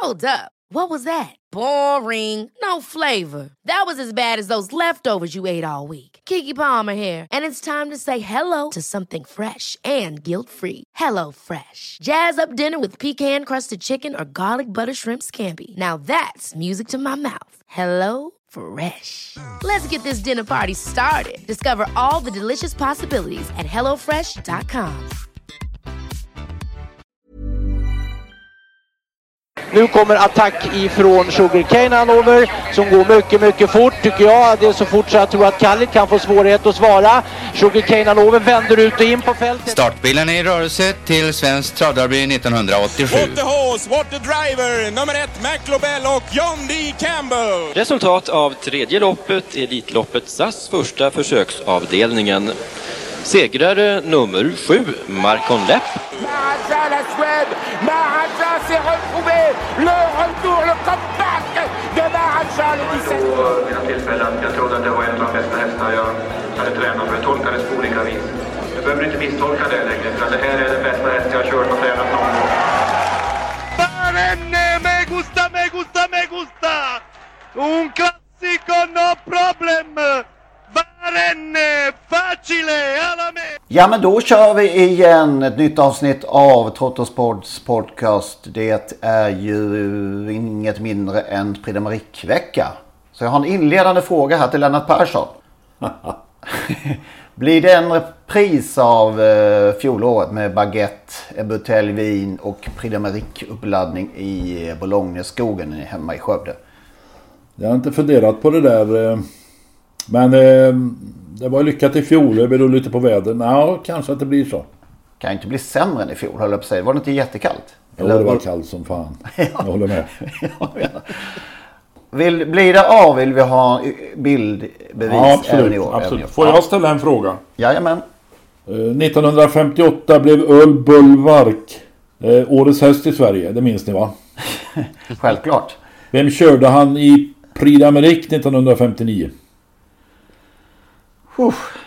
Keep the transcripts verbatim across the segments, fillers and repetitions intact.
Hold up. What was that? Boring. No flavor. That was as bad as those leftovers you ate all week. Keke Palmer here, and it's time to say hello to something fresh and guilt-free. Hello Fresh. Jazz up dinner with pecan-crusted chicken or garlic butter shrimp scampi. Now that's music to my mouth. Hello Fresh. Let's get this dinner party started. Discover all the delicious possibilities at hello fresh dot com. Nu kommer attack ifrån Sugarcane Hanover som går mycket, mycket fort tycker jag. Det är så fort så jag tror att Khalid kan få svårighet att svara. Sugarcane Hanover vänder ut och in på fältet. Startbilen är i rörelse till Svensk Travderby nittonhundraåttiosju. What the horse, what the driver, nummer ett Mac Lobel och John D. Campbell. Resultat av tredje loppet, Elitloppet S A S första försöksavdelningen. Segrare nummer sju, Marcon Lepp. Maharaja, la Suède, Maharaja s'est retrouvé, le retour, le comeback de Maharaja, le dix-sept. Mina tillfällen, jag trodde att det var en av de bästa hästar jag hade tränat, för jag tolkade det på olika vis. Jag behöver inte misstolka det längre, för det här är den bästa häst jag har kört och tränat någon gång. Barenne, me gusta, me gusta, me gusta! Un classico, no problem! Barenne, facile, alla me! Ja, men då kör vi igen ett nytt avsnitt av Trottosports podcast. Det är ju inget mindre än Prix d'Amérique-vecka. Så jag har en inledande fråga här till Lennart Persson. Blir det en repris av eh, fjolåret med baguette, en butelj vin och Prix d'Amérique-uppladdning i Bologneskogen hemma i Skövde? Jag har inte funderat på det där. Men eh, det var lyckat i fjol. Det beror lite på vädret. Ja, kanske att det blir så. Kan inte bli sämre än i fjol, höll jag på att säga. Var det inte jättekallt? Eller ja, det var kallt som fan. Jag håller med. Ja, ja. Vill, blir det av vill vi ha bildbevis ja, absolut, även i år. absolut. Även i år. Får jag ställa en fråga? Jajamän. Eh, nittonhundrafemtioåtta blev Earl Bulwark eh, årets häst i Sverige. Det minns ni va? Självklart. Vem körde han i Prix d'Amérique nittonhundrafemtionio? Uff.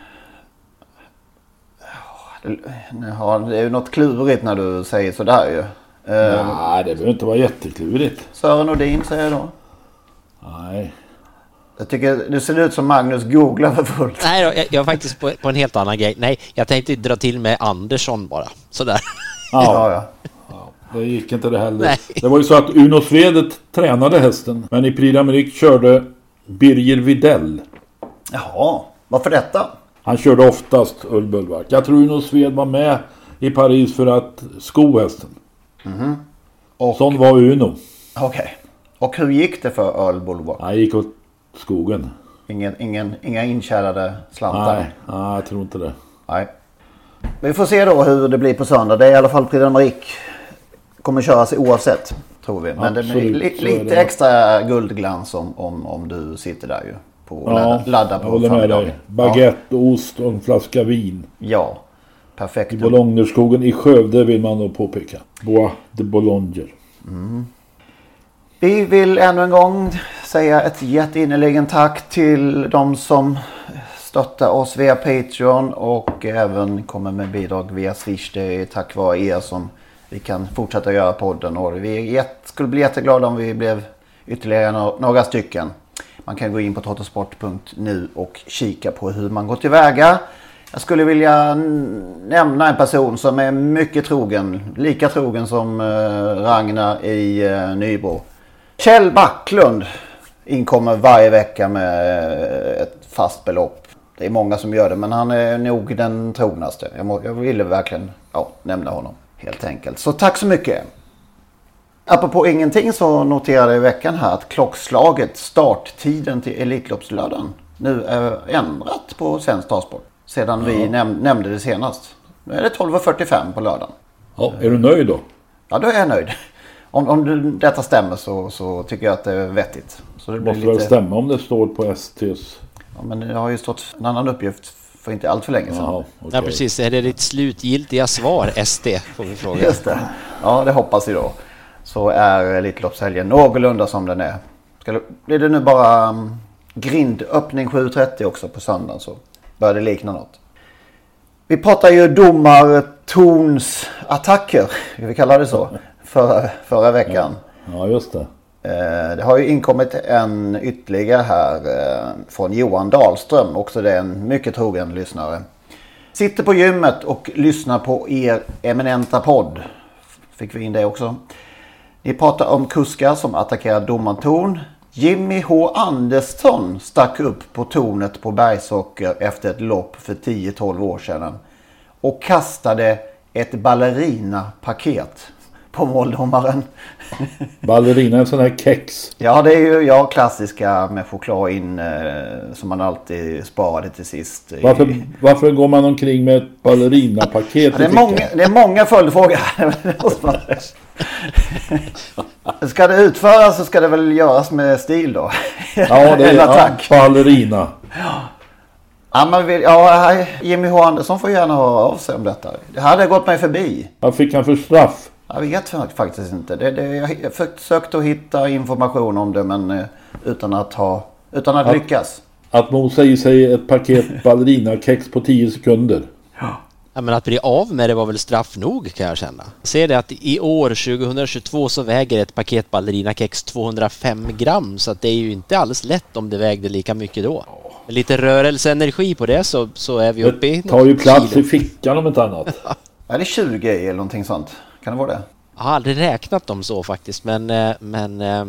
Ja, det är ju något klurigt när du säger sådär ju. Nej, det behöver inte vara jätteklurigt. Sören Nordin säger jag då. Nej. Jag tycker det ser ut som Magnus googlar för fullt. Nej då, jag, jag är faktiskt på, på en helt annan grej. Nej, jag tänkte dra till med Andersson bara. Sådär. Ja, ja, ja. ja. Det gick inte det heller. Nej. Det var ju så att Uno Svedet tränade hästen. Men i Prix d'Amérique körde Birger Videll. Jaha, varför detta? Han körde oftast Earl Bulwark. Jag tror Uno Sved var med i Paris för att sko hästen. Mm-hmm. Och... Sån var Uno. Okej. Okay. Och hur gick det för Earl Bulwark? Han gick åt skogen. Ingen, ingen, inga inkärade slantar? Nej, nej, jag tror inte det. Nej. Vi får se då hur det blir på söndag. Det är i alla fall Prix d'Amérique. Kommer köras oavsett, tror vi. Men absolut, det blir li- lite det. Extra guldglans om, om, om du sitter där ju. På ja, ladda, ladda på förmiddagen. Baguette, ja. Ost och en flaska vin. Ja, perfekt. I Bologneskogen i Skövde vill man då påpeka. Bois de Boulogne. Mm. Vi vill ännu en gång säga ett jätteinnerligen tack till de som stöttar oss via Patreon och även kommer med bidrag via Swish. Det är tack vare er som vi kan fortsätta göra podden. Och vi jätt, skulle bli jätteglada om vi blev ytterligare no- några stycken. Man kan gå in på trottosport punkt nu och kika på hur man går tillväga. Jag skulle vilja n- nämna en person som är mycket trogen. Lika trogen som uh, Ragnar i uh, Nybro. Kjell Backlund inkommer varje vecka med uh, ett fast belopp. Det är många som gör det, men han är nog den trognaste. Jag, må, jag ville verkligen ja, nämna honom helt enkelt. Så tack så mycket. Apropå ingenting så noterade jag i veckan här att klockslaget, starttiden till Elitloppslördagen, nu är ändrat på Svensk Travsport. Sedan ja. vi näm- nämnde det senast. Nu är det tolv fyrtiofem på lördagen. Ja, är du nöjd då? Ja, då är jag nöjd. Om, om du, detta stämmer så, så tycker jag att det är vettigt. Så det måste blir lite... väl stämma om det står på S T:s... Ja, men det har ju stått en annan uppgift för inte allt för länge sedan. Jaha, okay. Ja, precis. Är det ditt slutgiltiga svar, S D, får vi fråga. Just det. Ja, det hoppas vi då. Så är Elitloppshelgen någorlunda som den är. Ska det, blir det nu bara um, grindöppning sju trettio också på söndagen så bör det likna något. Vi pratar ju domar Torns attacker, vi kallar det så, förra, förra veckan. Ja, just det. Det har ju inkommit en ytterligare här från Johan Dahlström. Också det är en mycket trogen lyssnare. Sitter på gymmet och lyssnar på er eminenta podd. Fick vi in det också. Ni pratar om kuskar som attackerar domartorn. Jimmy H. Andersson stack upp på tornet på Bergsåker efter ett lopp för tio tolv år sedan. Och kastade ett ballerina-paket på måldomaren. Ballerina är en sån här kex. Ja, det är ju ja, klassiska med choklad in eh, som man alltid sparade till sist. Varför, varför går man omkring med ett ballerina-paket? Ja, det, är många, det är många följdfrågor. Ska det utföras så ska det väl göras med stil då. Ja, det är ja, ballerina. Ja, man vill, ja, Jimmy H. Andersson får gärna höra av sig om detta. Det hade gått mig förbi. Vad fick han för straff? Jag vet faktiskt inte. Det, det, jag försökte att hitta information om det men utan att, ha, utan att, att lyckas. Att mosa i sig ett paket ballerina-kex på tio sekunder. Ja. Ja, men att bli av med det var väl straff nog kan jag känna. Ser det att i år tjugohundratjugotvå så väger ett paket ballerina-kex tvåhundrafem gram. Så att det är ju inte alls lätt om det vägde lika mycket då. Med lite rörelseenergi på det så, så är vi uppe i... Det tar ju plats kilo. I fickan om inte annat. Är det tjugo eller någonting sånt? Kan det vara det? Jag har aldrig räknat dem så faktiskt. Men, men eh,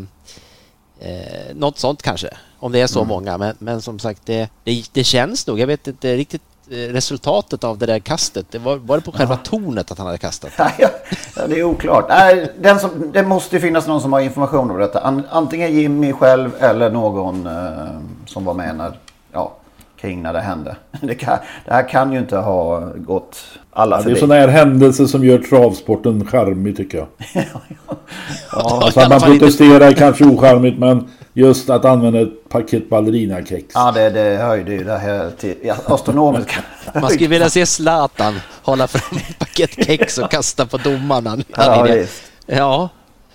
något sånt kanske. Om det är så mm. många. Men, men som sagt, det, det, det känns nog. Jag vet inte riktigt resultatet av det där kastet. Det var, var det på själva ja. tornet att han hade kastat? Ja, det är oklart. Nej, den som, det måste ju finnas någon som har information om detta. Antingen Jimmy själv eller någon eh, som var med när, ja, kring när det hände. Det, kan, det här kan ju inte ha gått alla ja, förbi. Det är sådana här händelser som gör travsporten charmig tycker jag. ja, ja. Ja, alltså att man protesterar inte... kanske ocharmigt, men just att använda ett paket ballerina-kex. Ja, det, det höjde ju det här till ja, astronomiska. Man skulle vilja se Zlatan hålla fram ett paket kex och kasta på domarna. Ja, det. Visst. Ja.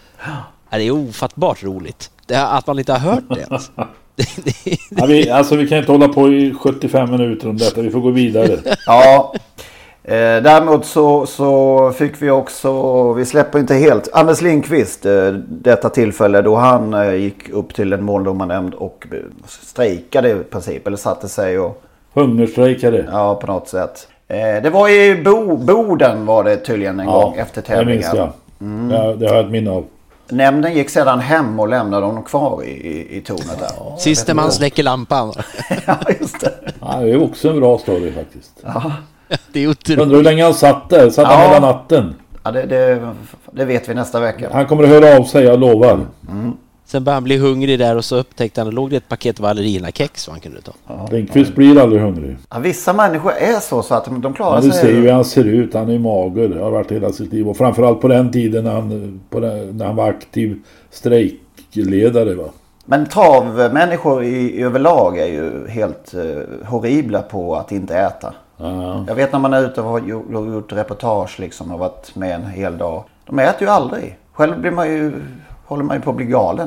Det är ofattbart roligt. Det är, att man inte har hört det ens. det, det, ja, vi, alltså vi kan inte hålla på i sjuttiofem minuter om detta. Vi får gå vidare. Ja. Eh, däremot så, så fick vi också, vi släpper inte helt, Anders Lindqvist, eh, detta tillfälle då han eh, gick upp till en måldomarnämnd och strejkade i princip, eller satte sig och... Hungerstrejkade. Ja, på något sätt. Eh, det var i Bo, Boden var det tydligen en ja, gång efter tävlingen. Det minns jag. Mm. Ja, det har jag ett minne av. Nämnden gick sedan hem och lämnade honom kvar i, i, i tornet där. Ja, sista man släcker lampan. Ja, just det. Ja, det är också en bra story faktiskt. Ja. Det är otroligt. Undrar hur länge han satt där? Satt han ja. hela natten? Ja, det, det, det vet vi nästa vecka. Han kommer att höra av sig, jag lovar. Mm. Sen började han bli hungrig där och så upptäckte han att det låg ett paket ballerina-kex som han kunde ta. Ja. Lindqvist ja. blir aldrig hungrig. Ja, vissa människor är så, så att de klarar ja, sig. Du ser ju hur han ser ut. Han är mager. Det har varit hela sitt liv. Och framförallt på den tiden när han, på den, när han var aktiv strejkledare. Va? Men travmänniskor i, i överlag är ju helt uh, horribla på att inte äta. Ja. Jag vet när man är ute och har gjort, gjort reportage liksom, och varit med en hel dag. De äter ju aldrig. Själv blir man ju, håller man ju på att bli galen.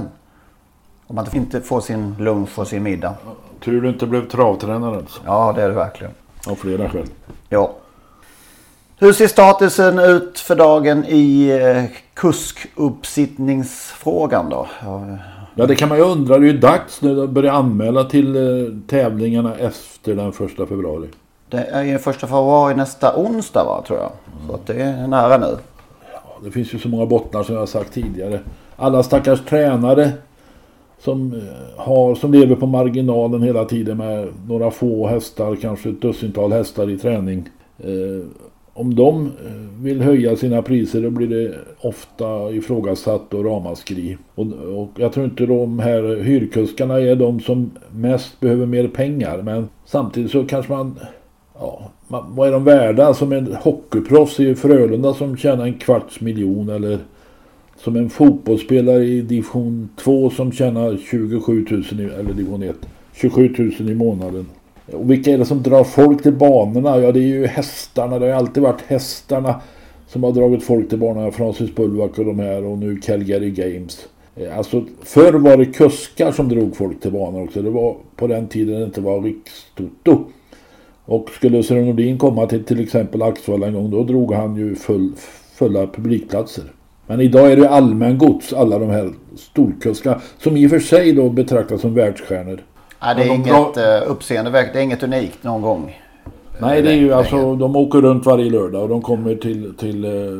Om man inte får sin lunch och sin middag. Tror du inte blev travtränare alltså? Ja, det är det verkligen. Av flera skäl. Ja. Hur ser statusen ut för dagen i eh, kuskuppsittningsfrågan då? Ja. Ja, det kan man ju undra. Det är ju dags nu att börja anmäla till eh, tävlingarna efter den första februari. Det är ju första februari nästa onsdag, va, tror jag. Så att det är nära nu. Ja, det finns ju så många bottnar som jag har sagt tidigare. Alla stackars tränare som, har, som lever på marginalen hela tiden med några få hästar, kanske ett dussintal hästar i träning. Eh, om de vill höja sina priser då blir det ofta ifrågasatt och ramaskri. Och, och jag tror inte de här hyrkuskarna är de som mest behöver mer pengar. Men samtidigt så kanske man... Ja, man, vad är de värda? Som en hockeyproffs i Frölunda som tjänar en kvarts miljon, eller som en fotbollsspelare i division två som tjänar tjugosju tusen i, eller division ett, tjugosju tusen i månaden. Och vilka är det som drar folk till banorna? Ja, det är ju hästarna. Det har alltid varit hästarna som har dragit folk till banorna. Francis Bullwack och de här, och nu Calgary Games. Alltså förr var det kuskar som drog folk till banorna också. Det var på den tiden det inte var rikstoto. Och skulle Sören Nordin komma till till exempel Axevalla en gång, då drog han ju full, fulla publikplatser. Men idag är det allmän gods, alla de här storkuskarna, som i och för sig då betraktas som världsstjärnor. Nej, det är de inget drar... uppseendevärt, det är inget unikt någon gång. Nej, det är ju alltså, de åker runt varje lördag och de kommer till, till eh,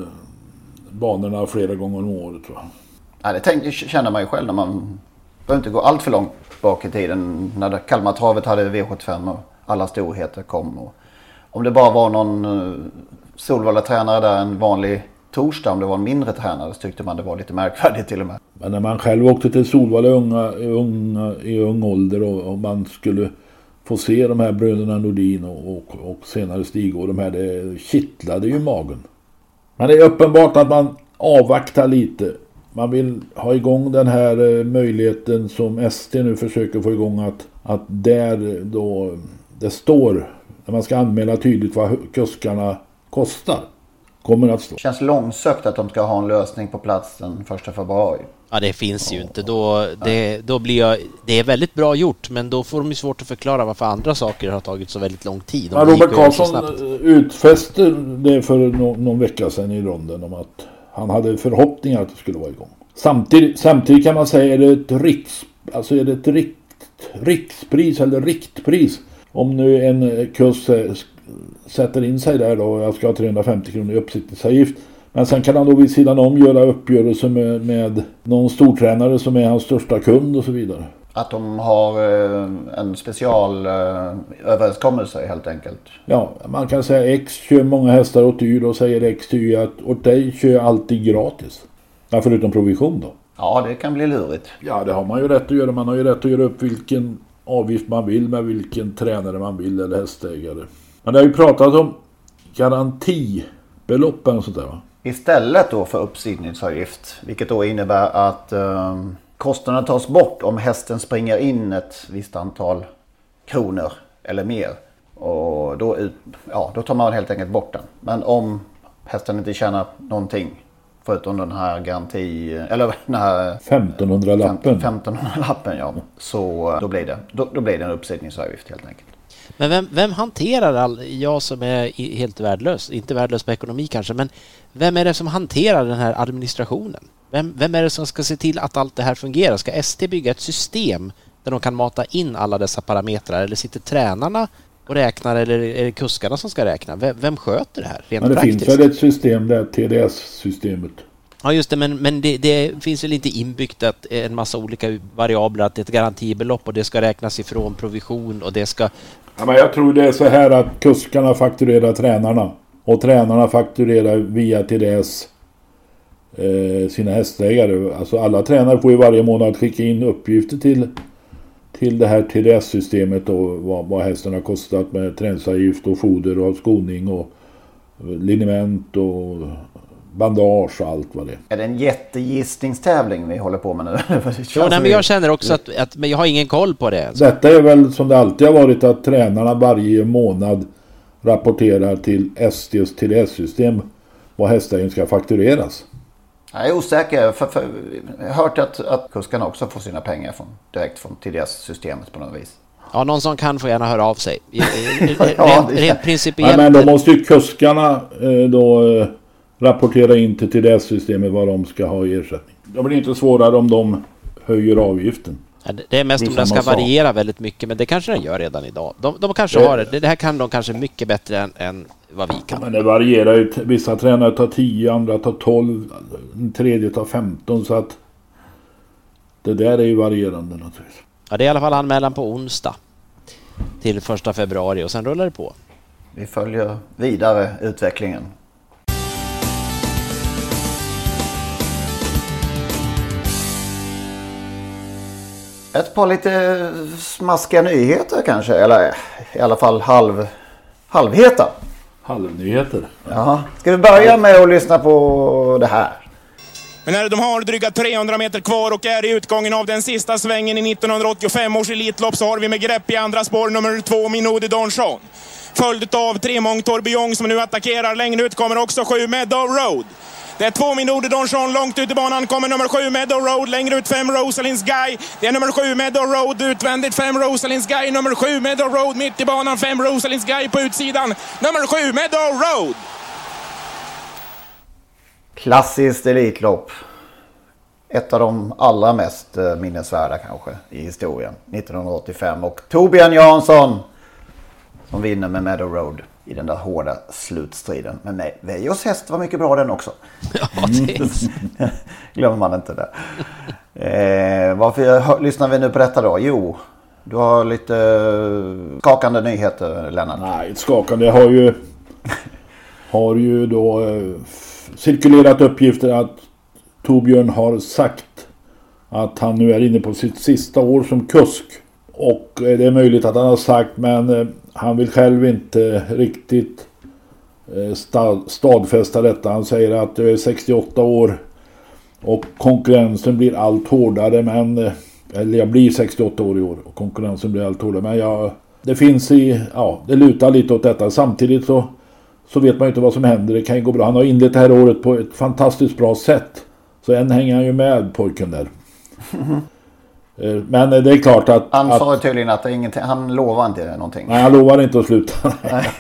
banorna flera gånger om året. Va? Ja, det tänkte, känner man ju själv när man behöver inte gå allt för långt bak i tiden. När Kalmartravet hade V sjuttiofem och alla storheter kom. Och om det bara var någon uh, Solvalla-tränare där en vanlig torsdag, om det var en mindre tränare, så tyckte man det var lite märkvärdigt till och med. Men när man själv åkte till Solvalla unga, unga, i ung ålder och, och man skulle få se de här bröderna Nordin och, och, och senare Stig och de här, det kittlade ju magen. Men det är uppenbart att man avvaktar lite. Man vill ha igång den här möjligheten som S T nu försöker få igång, att, att där då det står, när man ska anmäla tydligt vad kuskarna kostar, kommer att stå. Det känns långsökt att de ska ha en lösning på plats den första februari. Ja, det finns ju inte. Då, det, då blir jag, det är väldigt bra gjort, men då får de ju svårt att förklara varför andra saker har tagit så väldigt lång tid. Ja, Robert Karlsson utfäste det för no- någon vecka sedan i ronden om att han hade förhoppningar att det skulle vara igång. Samtidigt, samtidigt kan man säga, är det ett riks, alltså är det ett rikt, rikspris eller riktpris? Om nu en kurs sätter in sig där då, jag ska ha trehundrafemtio kronor i uppsittningsavgift. Men sen kan han då vid sidan om göra uppgörelse med, med någon stortränare som är hans största kund och så vidare. Att de har eh, en special eh, överenskommelse helt enkelt. Ja, man kan säga X kör många hästar åt dyr och säger X till Y att åt dig kör alltid gratis. Ja, förutom provision då. Ja, det kan bli lurigt. Ja, det har man ju rätt att göra. Man har ju rätt att göra upp vilken avgift man vill med vilken tränare man vill eller hästägare. Men det har ju pratat om garantibeloppen och sånt där, va? Istället då för uppsidningsavgift, vilket då innebär att eh, kostnaderna tas bort om hästen springer in ett visst antal kronor eller mer. Och då, ja, då tar man helt enkelt bort den. Men om hästen inte tjänar någonting förutom den här garanti, eller den här femtonhundra-lappen, femtonhundra-lappen, ja, så då blir det, då, då blir det en uppsidningsavgift helt enkelt. Men vem, vem hanterar all, jag som är helt värdelös, inte värdelös på ekonomi kanske, men vem är det som hanterar den här administrationen? Vem, vem är det som ska se till att allt det här fungerar? Ska S T bygga ett system där de kan mata in alla dessa parametrar, eller sitter tränarna och räknar, eller är det kuskarna som ska räkna? Vem, vem sköter det här rent men det praktiskt? finns väl ett system där, T D S-systemet. Ja just det, men, men det, det finns väl inte inbyggt att en massa olika variabler, att det är ett garantibelopp och det ska räknas ifrån provision och det ska... Ja, men jag tror det är så här att kuskarna fakturerar tränarna och tränarna fakturerar via T D S eh, sina hästägare. Alltså alla tränare får ju varje månad skicka in uppgifter till, till det här T D S-systemet och vad, vad hästen har kostat med träningsavgift och foder och skoning och liniment och bandage och allt vad det är. Är det en jättegissningstävling vi håller på med nu? Jo, nej, men jag känner också att, att men jag har ingen koll på det. Alltså. Detta är väl som det alltid har varit, att tränarna varje månad rapporterar till S T:s T D S-system vad hästägaren ska faktureras. Jag är osäker, för, för, jag har hört att, att kuskarna också får sina pengar från, direkt från T D S-systemet på något vis. Ja, någon som kan får gärna höra av sig. Rent, ja, rent principiellt... Ja, men då måste ju kuskarna eh, då eh, rapportera in till T D S-systemet vad de ska ha i ersättning. Det blir inte svårare om de höjer avgiften. Ja, det är mest om den ska variera väldigt mycket, men det kanske den gör redan idag. De, de kanske det, har det. Det här kan de kanske mycket bättre än, än vad vi kan. Men det varierar ju. Vissa tränare tar tio, andra tar tolv, en tredje tar femton, så att det där är ju varierande naturligtvis. Ja, det är i alla fall anmälan på onsdag till första februari och sen rullar det på. Vi följer vidare utvecklingen. Ett par lite smaskiga nyheter kanske, eller i alla fall halv, halvheta. Halvnyheter. Ja. Ska vi börja med att lyssna på det här? Men när de har dryga trehundra meter kvar och är i utgången av den sista svängen i nittonhundraåttiofem års elitlopp, så har vi med grepp i andra spår nummer två Minodi Donjon. Följt av tre Mång Tourbillon som nu attackerar. Längre ut kommer också sju Meadow Road. Det är två Minodi Donjon långt ut i banan, kommer nummer sju Meadow Road, längre ut fem Rosalind's Guy. Det är nummer sju Meadow Road utvändigt, fem Rosalind's Guy, nummer sju Meadow Road mitt i banan, fem Rosalind's Guy på utsidan, nummer sju Meadow Road. Klassiskt Elitlopp. Ett av de allra mest minnesvärda kanske i historien. nittonhundraåttiofem. Och Torbjörn Jansson som vinner med Meadow Road i den där hårda slutstriden. Men nej, Vejos häst var mycket bra den också. Ja, det glömmer man inte det. Eh, varför lyssnar vi nu på detta då? Jo, du har lite skakande nyheter, Lennart. Nej, skakande. Jag har ju, har ju då eh, cirkulerat uppgifter att Torbjörn har sagt att han nu är inne på sitt sista år som kusk. Och det är möjligt att han har sagt, men han vill själv inte riktigt stadfästa detta. Han säger att jag är sextioåtta år och konkurrensen blir allt hårdare, men eller jag blir sextioåtta år i år och konkurrensen blir allt hårdare. Men jag, det finns i, ja, det lutar lite åt detta. Samtidigt så, så vet man inte vad som händer. Det kan ju gå bra. Han har inlett det här året på ett fantastiskt bra sätt. Så än hänger han ju med, pojken där. Men det är klart att... Han att, sa tydligen att det ingenting, han lovar inte någonting. Nej, han lovar inte att sluta.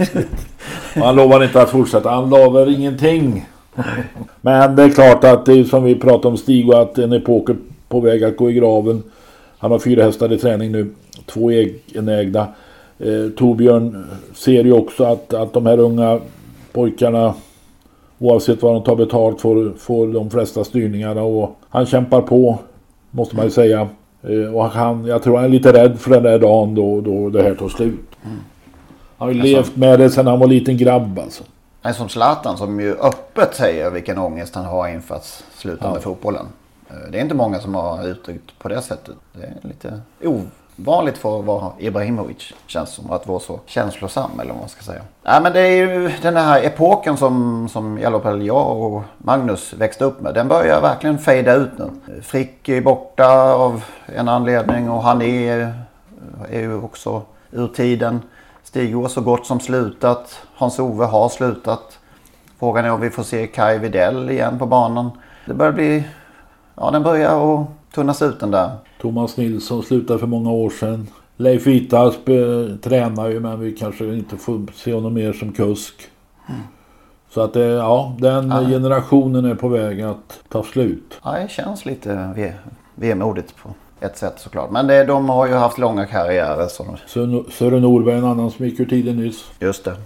Han lovar inte att fortsätta. Han lovar ingenting. Men det är klart att det är som vi pratade om Stig, och att en epok är på väg att gå i graven. Han har fyra hästar i träning nu. Två egenägda. Eh, Torbjörn ser ju också att, att de här unga pojkarna, oavsett vad de tar betalt, får, får de flesta styrningarna. Och han kämpar på, måste man ju säga. Och han, jag tror han är lite rädd för den där dagen då, då det här tar slut. Mm. Han har ju levt med det sedan han var liten grabb alltså. Nej, som Zlatan som ju öppet säger vilken ångest han har inför att sluta ja. med fotbollen. Det är inte många som har uttryckt på det sättet. Det är lite ovanligt för att vara Ibrahimovic, känns som att vara så känslosam eller vad man ska säga. Nej, men det är ju den här epoken som, som i alla fall jag och Magnus växte upp med. Den börjar verkligen fejda ut nu. Frick är borta av en anledning och han är, är ju också ur tiden. Stig har så gott som slutat. Hans-Ove har slutat. Frågan är om vi får se Kai Widell igen på banan. Det börjar bli... Ja, den börjar att tunnas ut den där. Thomas Nilsson slutade för många år sedan. Leif Vitasp eh, tränar ju, men vi kanske inte får se honom mer som kusk. Mm. Så att eh, ja, den ja. generationen är på väg att ta slut. Ja, det känns lite vemodigt på ett sätt såklart. Men det, de har ju haft långa karriärer. Så... Sören Norberg är en annan som gick ur tiden nyss. Just det.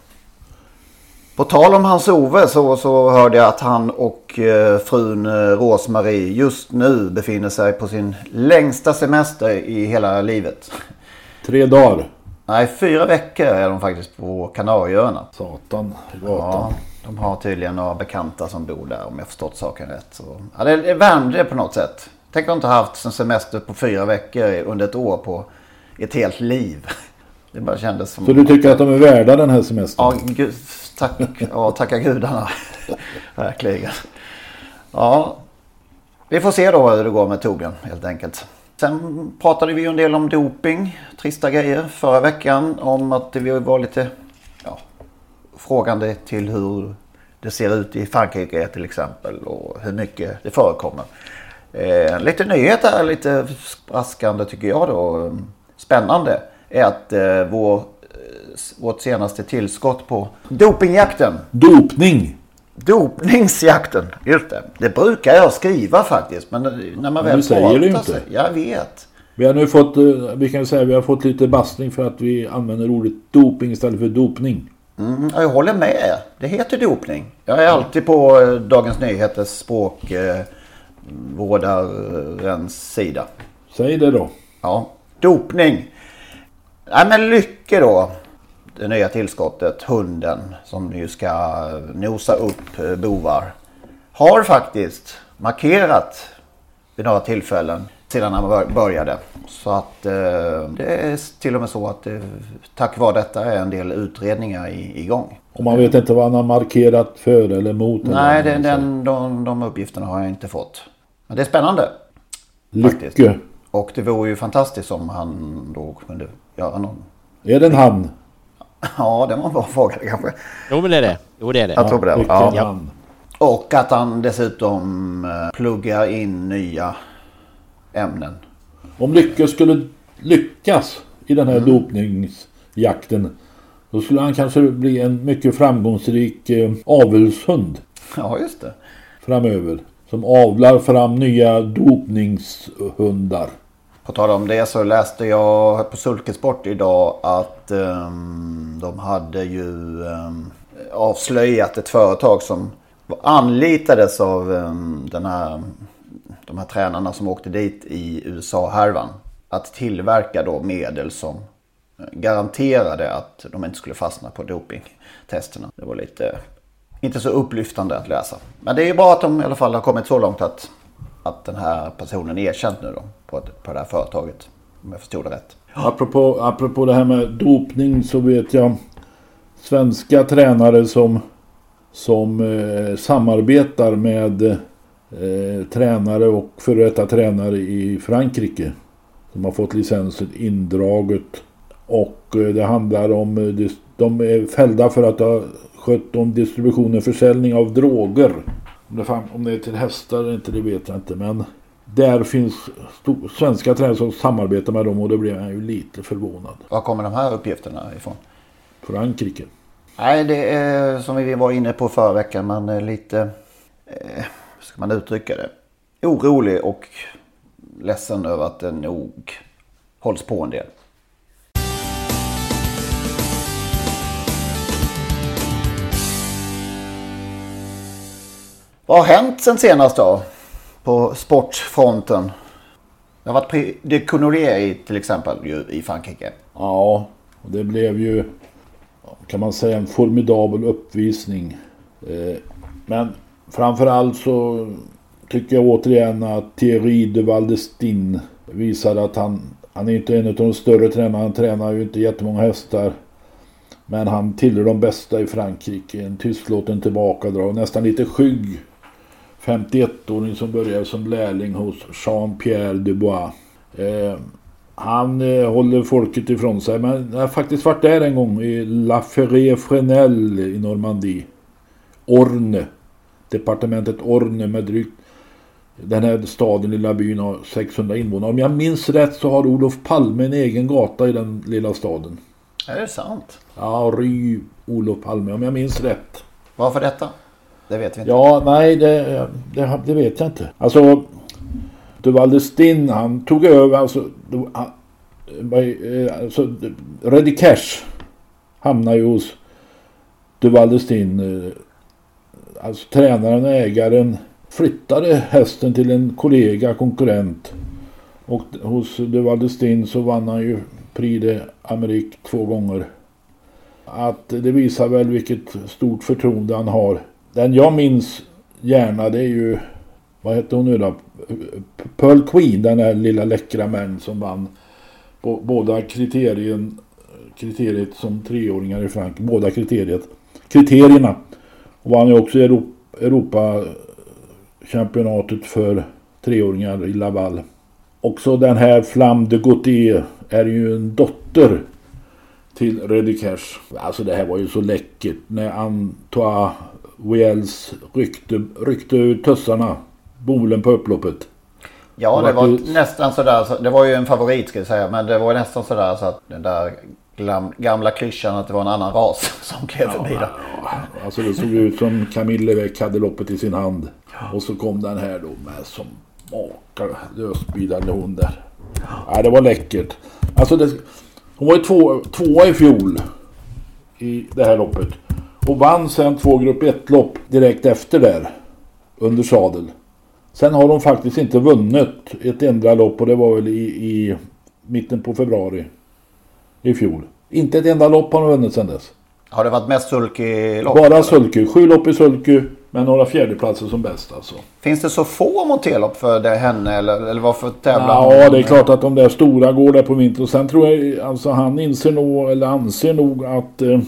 På tal om Hans-Ove så, så hörde jag att han och eh, frun eh, Rosmarie just nu befinner sig på sin längsta semester i hela livet. Tre dagar? Nej, fyra veckor är de faktiskt på Kanarieöarna. Satan, ja, de har tydligen några bekanta som bor där, om jag förstått saken rätt. Så, ja, det, det värmde det på något sätt. Tänk om inte haft en semester på fyra veckor under ett år på ett helt liv. Det bara kändes som... Så du tycker att de är värda den här semestern? Ja, gud, tack, ja tacka gudarna. Verkligen. Ja, vi får se då hur det går med Torbjörn helt enkelt. Sen pratade vi ju en del om doping, trista grejer förra veckan. Om att vi var lite ja, frågande till hur det ser ut i Frankrike till exempel. Och hur mycket det förekommer. Eh, lite nyheter, lite spraskande tycker jag då. Spännande är att eh, vår, eh, vårt senaste tillskott på dopingjakten. Dopning! Dopningsjakten, just det. Det brukar jag skriva faktiskt. Men när man väl du säger det inte. Sig, jag vet. Vi har nu fått, vi kan säga vi har fått lite bastning för att vi använder ordet doping istället för dopning. Mm, jag håller med. Det heter dopning. Jag är alltid på Dagens Nyheters språk eh, vårdarens sida. Säg det då. Ja, dopning. Nej, men Lycke då. Det nya tillskottet, hunden som ju ska nosa upp bovar, har faktiskt markerat vid några tillfällen sedan han började. Så att eh, det är till och med så att det, tack vare detta är en del utredningar i, igång. Och man vet inte vad han har markerat för eller mot? Nej, eller den, den, de, de uppgifterna har jag inte fått. Men det är spännande. Lycke. Faktiskt. Och det vore ju fantastiskt om han då kunde göra någon... Är det en han? Ja, det var en bra fråga kanske. Jo, men det är det. Jo, det är det. Jag tror det. Ja, ja. Och att han dessutom pluggar in nya ämnen. Om Lycke skulle lyckas i den här mm. dopningsjakten, då skulle han kanske bli en mycket framgångsrik eh, avelshund. Ja, just det. framöver. Som avlar fram nya dopningshundar. På tal om det så läste jag på Sulkesport idag att um, de hade ju um, avslöjat ett företag som anlitades av um, den här, de här tränarna som åkte dit i U S A-härvan. Att tillverka då medel som garanterade att de inte skulle fastna på dopingtesterna. Det var lite, inte så upplyftande att läsa. Men det är ju bra att de i alla fall har kommit så långt att, att den här personen är erkänd nu då på, ett, på det här företaget. Om jag förstod det rätt. Apropå, apropå det här med dopning så vet jag svenska tränare som, som eh, samarbetar med eh, tränare och före detta tränare i Frankrike. Som har fått licensen indraget. Och det handlar om, de är fällda för att ha skött om distribution och försäljning av droger. Om det, fan, om det är till hästar eller inte, det vet jag inte. Men där finns stor, svenska tränare som samarbetar med dem och då blir jag ju lite förvånad. Var kommer de här uppgifterna ifrån? Frankrike. Nej, det är som vi var inne på förra veckan, man är lite, eh, ska man uttrycka det, orolig och ledsen över att det nog hålls på en del. Vad har hänt sen senast då på sportfronten? Det har varit Prix de Cournoyer till exempel i Frankrike. Ja, och det blev ju, kan man säga, en formidabel uppvisning. Men framförallt så tycker jag återigen att Thierry de Valdestin visade att han, han är inte en av de större tränarna. Han tränar ju inte jättemånga hästar. Men han tillhör de bästa i Frankrike. En tystlåten tillbakadrag. Nästan lite skygg. femtioett-åring som började som lärling hos Jean-Pierre Dubois. Eh, han eh, håller folket ifrån sig. Men jag har faktiskt varit där en gång i La Ferré-Fresnel i Normandie. Orne. Departementet Orne med drygt. Den här staden, lilla byn, har sexhundra invånare. Om jag minns rätt så har Olof Palme en egen gata i den lilla staden. Är det sant? Ja, Ry Olof Palme, om jag minns rätt. Varför detta? Det vet vi inte. Ja, nej, det, det, det vet jag inte. Alltså, de Valdestin, han tog över, alltså, han, alltså Reddy Cash hamnade ju hos de Valdestin. Alltså tränaren och ägaren flyttade hästen till en kollega, konkurrent. Och hos de Valdestin så vann han ju Prix d'Amérique två gånger. Att det visar väl vilket stort förtroende han har. Den jag minns gärna, det är ju, vad heter hon nu då? Pearl Queen, den här lilla läckra män som vann på båda kriterien, kriteriet som treåringar i Frankrike. Båda kriteriet. Kriterierna. Och vann ju också Europa, Europa championatet för treåringar i Laval. Också den här Flamme de Gautier är ju en dotter till Reddy Cash. Alltså det här var ju så läckert när Antoine Wells ryckte, ryckte ur tussarna bolen på upploppet. Ja, det var ju nästan sådär, så det var ju en favorit ska jag säga, men det var nästan sådär så att den där gamla klyschan att det var en annan ras som klev ja, förbi där. Ja, alltså det såg ut som Camille Levesque hade loppet i sin hand. Och så kom den här då med som makar lösbidande hon där. Ja, det var läckert. Alltså det, hon var ju två, tvåa i fjol i det här loppet. Och vann sen två grupp ett lopp direkt efter där. Under sadel. Sen har de faktiskt inte vunnit ett enda lopp och det var väl i, i mitten på februari i fjol. Inte ett enda lopp har de vunnit sen dess. Har det varit mest sulky-lopp? Bara sulky. Sju lopp i sulky med några fjärdeplatser som bäst alltså. Finns det så få monterlopp för det henne eller, eller varför tävlar ja, ja, det är klart att de där stora går där på vintern. Och sen tror jag, alltså han inser nog, eller anser nog att eh,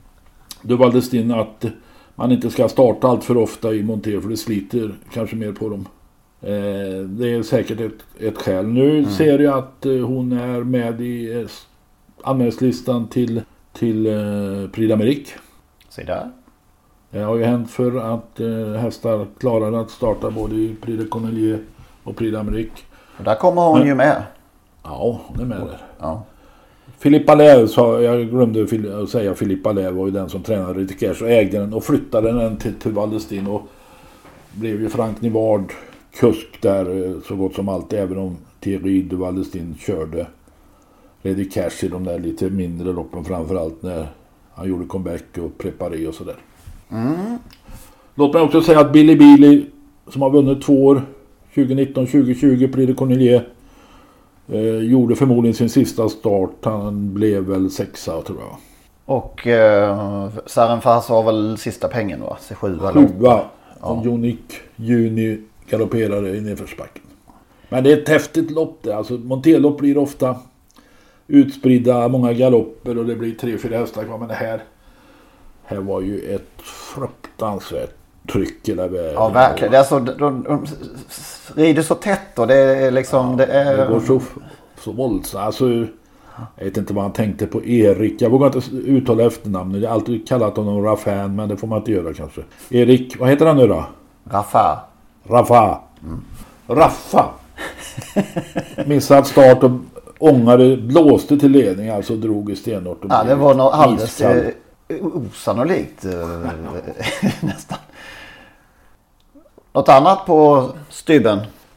de Valdestin att man inte ska starta allt för ofta i monter för det sliter kanske mer på dem. Eh, det är säkert ett, ett skäl. Nu mm. ser jag att eh, hon är med i eh, anmälningslistan till, till eh, Prix d'Amérique. Se där. Det har ju hänt för att eh, hästar klarar att starta både i Prix de Cournoyer och Prix d'Amérique. Och där kommer hon Men, ju med. Ja, hon är med där. Ja. Philippe Allaire, sa, jag glömde att säga, Philippe Allaire var ju den som tränade Reddy Cash och ägde den och flyttade den till, till Valdestin. Och blev ju Frank Nivard kusk där så gott som allt, även om Thierry de Vallestin körde Lady Cash i de där lite mindre loppen, framförallt när han gjorde comeback och preparé och sådär. Mm. Låt mig också säga att Billy Billy, som har vunnit två år, tjugo nitton tjugo tjugo, Prix de Cornelier, eh, gjorde förmodligen sin sista start. Han blev väl sexa, tror jag. Och eh, Saren Fars har väl sista pengen, va? Så sjua. Sjua. Och Jonick Juni galopperade i nedförsbacken. Men det är ett häftigt lopp det. Alltså Montelopp blir ofta utspridda, många galopper och det blir tre, fyra hästar kvar. Men det här, här var ju ett fruktansvärt tryck i det. Ja, verkligen. Det är så, de, de, de rider så tätt och det är liksom... Ja, det, är... det går så, så våldsamt. Alltså, jag vet inte vad han tänkte på. Erik. Jag vågar inte uttala efternamnet. Jag har alltid kallat honom Raffan, men det får man inte göra kanske. Erik, vad heter han nu då? Raffa. Raffa. Mm. Raffa. Missat start och ångade, blåste till ledning, alltså drog i stenhårt. Ja, det var något alldeles eh, osannolikt eh, nästan. Något annat på stybben?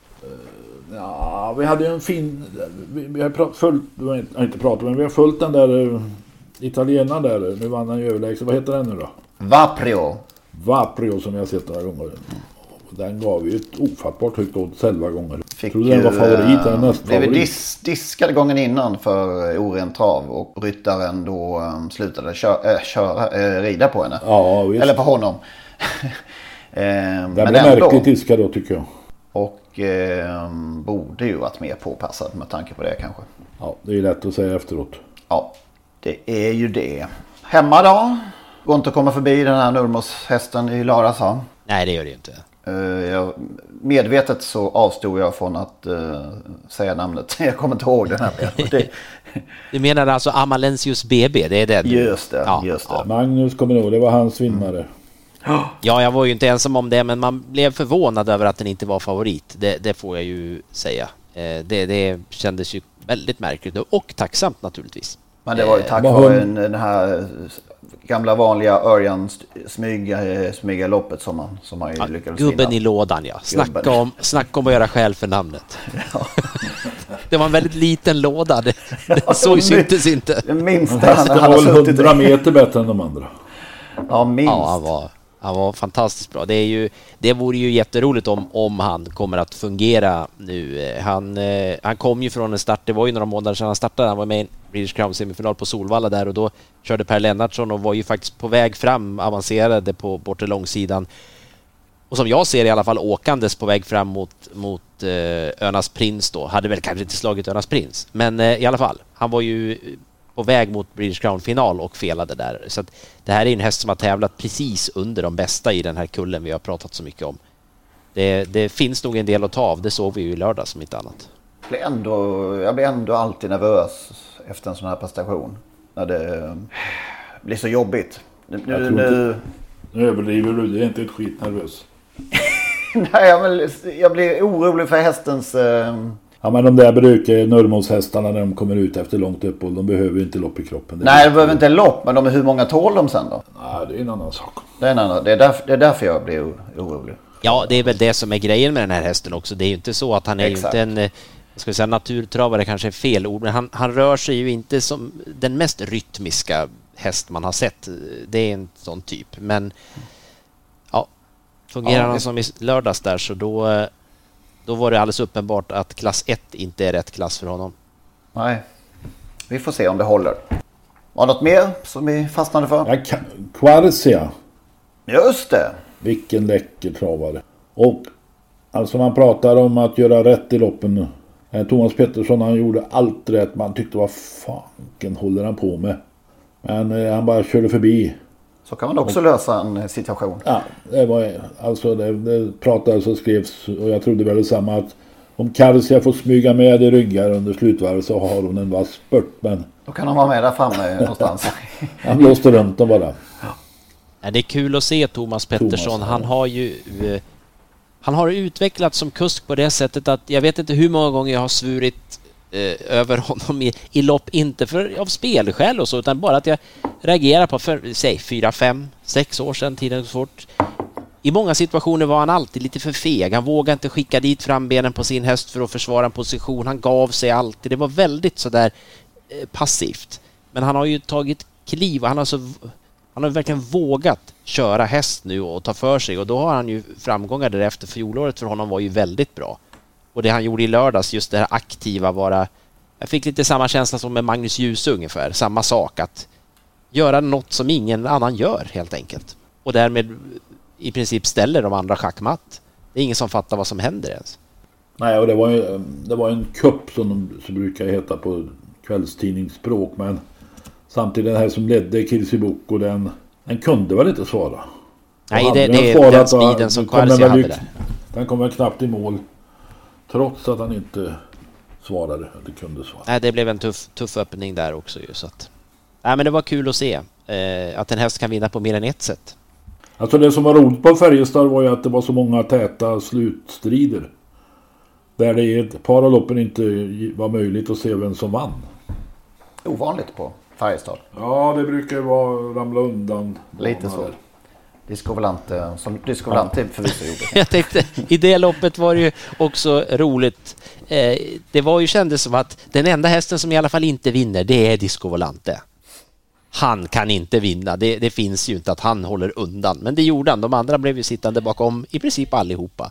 Ja, vi hade ju en fin, vi, vi har prat, följt, vi har inte pratat, men vi har följt den där uh, italienaren där, nu vann han ju överlägset. Vad heter den nu då? Vaprio. Vaprio, som jag har sett några gånger. Den gav ju ett ofattbart högt åt elva gånger. Fick tror den var favorit, den nästa blev favorit. Dis, diskade gången innan för orent trav och ryttaren då um, slutade kö, äh, köra, äh, rida på henne. Ja, visst. Eller på honom. eh, den blev märkligt diskad då, tycker jag. Och eh, borde ju varit mer påpassad med tanke på det kanske. Ja, det är lätt att säga efteråt. Ja, det är ju det. Hemma då? Går inte att komma förbi den här Nurmos-hästen i lördags, va? Nej, det gör det ju inte. Uh, jag, medvetet så avstod jag från att uh, säga namnet. Jag kommer inte ihåg den här. det... Du menar alltså Amalensius B B? Det är det. Just det, ja, just det. Ja. Magnus kommer ihåg, det var hans vinnare. Mm. Ja, jag var ju inte ensam om det, men man blev förvånad över att den inte var favorit. Det, det får jag ju säga. Uh, det, det kändes ju väldigt märkligt och tacksamt naturligtvis. Men det var ju tack vare uh, den här gamla vanliga Örjan smyga, smyga loppet som man, som man ju ja, lyckades gubben vinna. I lådan, ja. Snacka om, snacka om att göra skäl för namnet. Ja. Det var en väldigt liten låda. Det, det ja, såg syntes inte. Det minsta han, han han var väl hundra meter bättre än de andra. Ja, minst. Ja, han var, han var fantastiskt bra. Det, är ju, det vore ju jätteroligt om, om han kommer att fungera nu. Han, eh, han kom ju från en start, det var ju några månader sedan han startade. Han var med i en British Crown semifinal på Solvalla där och då körde Per Lennartsson och var ju faktiskt på väg fram, avancerade på bortre långsidan. Och som jag ser i alla fall åkandes på väg fram mot, mot eh, Önas Prins då. Hade väl kanske inte slagit Önas Prins. Men eh, i alla fall, han var ju på väg mot British Crown-final och felade där. Så att det här är en häst som har tävlat precis under de bästa i den här kullen vi har pratat så mycket om. Det, det finns nog en del att ta av, det såg vi ju i lördag som inte annat. Jag blir ändå, jag blir ändå alltid nervös efter en sån här prestation. När det blir så jobbigt. Nu, nu, nu... nu överdriver du, det är inte ett skit nervös. Nej, jag, vill, jag blir orolig för hästens... Uh... Ja, men de där brukar Nurmos-hästarna när de kommer ut efter långt uppehåll, de behöver ju inte lopp i kroppen. Det Nej, de behöver inte lopp, men de är hur många tål de sen då? Nej, det är en annan sak. Det är, en annan, det är, därför, det är därför jag blir orolig. Ja, det är väl det som är grejen med den här hästen också. Det är ju inte så att han är Exakt. ju inte en... Jag ska säga naturtravare kanske är fel ord, men han, han rör sig ju inte som den mest rytmiska häst man har sett. Det är en sån typ, men ja, fungerar ja, han det... som i lördags där så då, då var det alldeles uppenbart att klass ett inte är rätt klass för honom. Nej, vi får se om det håller. Var något mer som vi fastnade för? Ja, Quarcia. Just det. Vilken läcker travare. Och alltså man pratar om att göra rätt i loppen. Thomas Pettersson, han gjorde allt rätt. Man tyckte, vad fanken håller han på med? Men eh, han bara körde förbi. Så kan man också och, lösa en situation. Ja, det var alltså det, det pratades och skrevs och jag trodde väl samma att om Quarcia får smyga med i ryggar under slutvarvet så har hon en vass spurt, men då kan han vara med där framme någonstans. Han blåste runt dem bara. Ja, det är kul att se Thomas Pettersson. Thomas, han har ju han har utvecklats som kusk på det sättet att jag vet inte hur många gånger jag har svurit eh, över honom i, i lopp, inte för av spelskäl och så, utan bara att jag reagerar på för säg fyra, fem, sex år sedan, tiden så fort. i många situationer var han alltid lite för feg. Han vågade inte skicka dit frambenen på sin häst för att försvara en position. Han gav sig alltid. Det var väldigt sådär eh, passivt. Men han har ju tagit kliv. Han har, så, han har verkligen vågat köra häst nu och ta för sig. Och då har han ju framgångar därefter. Fjolåret för honom var ju väldigt bra. Och det han gjorde i lördags, just det här aktiva, vara... Jag fick lite samma känsla som med Magnus Djuse ungefär. Samma sak, att göra något som ingen annan gör helt enkelt. Och därmed i princip ställer de andra schackmatt. Det är ingen som fattar vad som händer ens. Nej, och det var ju det var en kupp som de så brukar heta på kvällstidningsspråk, men samtidigt den här som ledde Kirsibuko, den, den kunde väl inte svara. Nej, det, det är den speeden som Kvarsi hade där. Den kom väl knappt i mål trots att han inte svarade eller kunde svara. Nej, det blev en tuff, tuff öppning där också ju, så att... Nej, men det var kul att se eh, att en häst kan vinna på mer än ett sätt. Alltså det som var roligt på Färjestad var ju att det var så många täta slutstrider. Där det i ett par av loppen inte var möjligt att se vem som vann. Ovanligt på Färjestad. Ja, det brukar ju vara ramla undan. Lite så. Discovolante, som Discovolante ja. förvisso gjorde. Jag tänkte, i det loppet var det ju också roligt. Eh, det var ju kändes som att den enda hästen som i alla fall inte vinner, det är Discovolante. Han kan inte vinna. Det, det finns ju inte att han håller undan. Men det gjorde han. De andra blev ju sittande bakom i princip allihopa.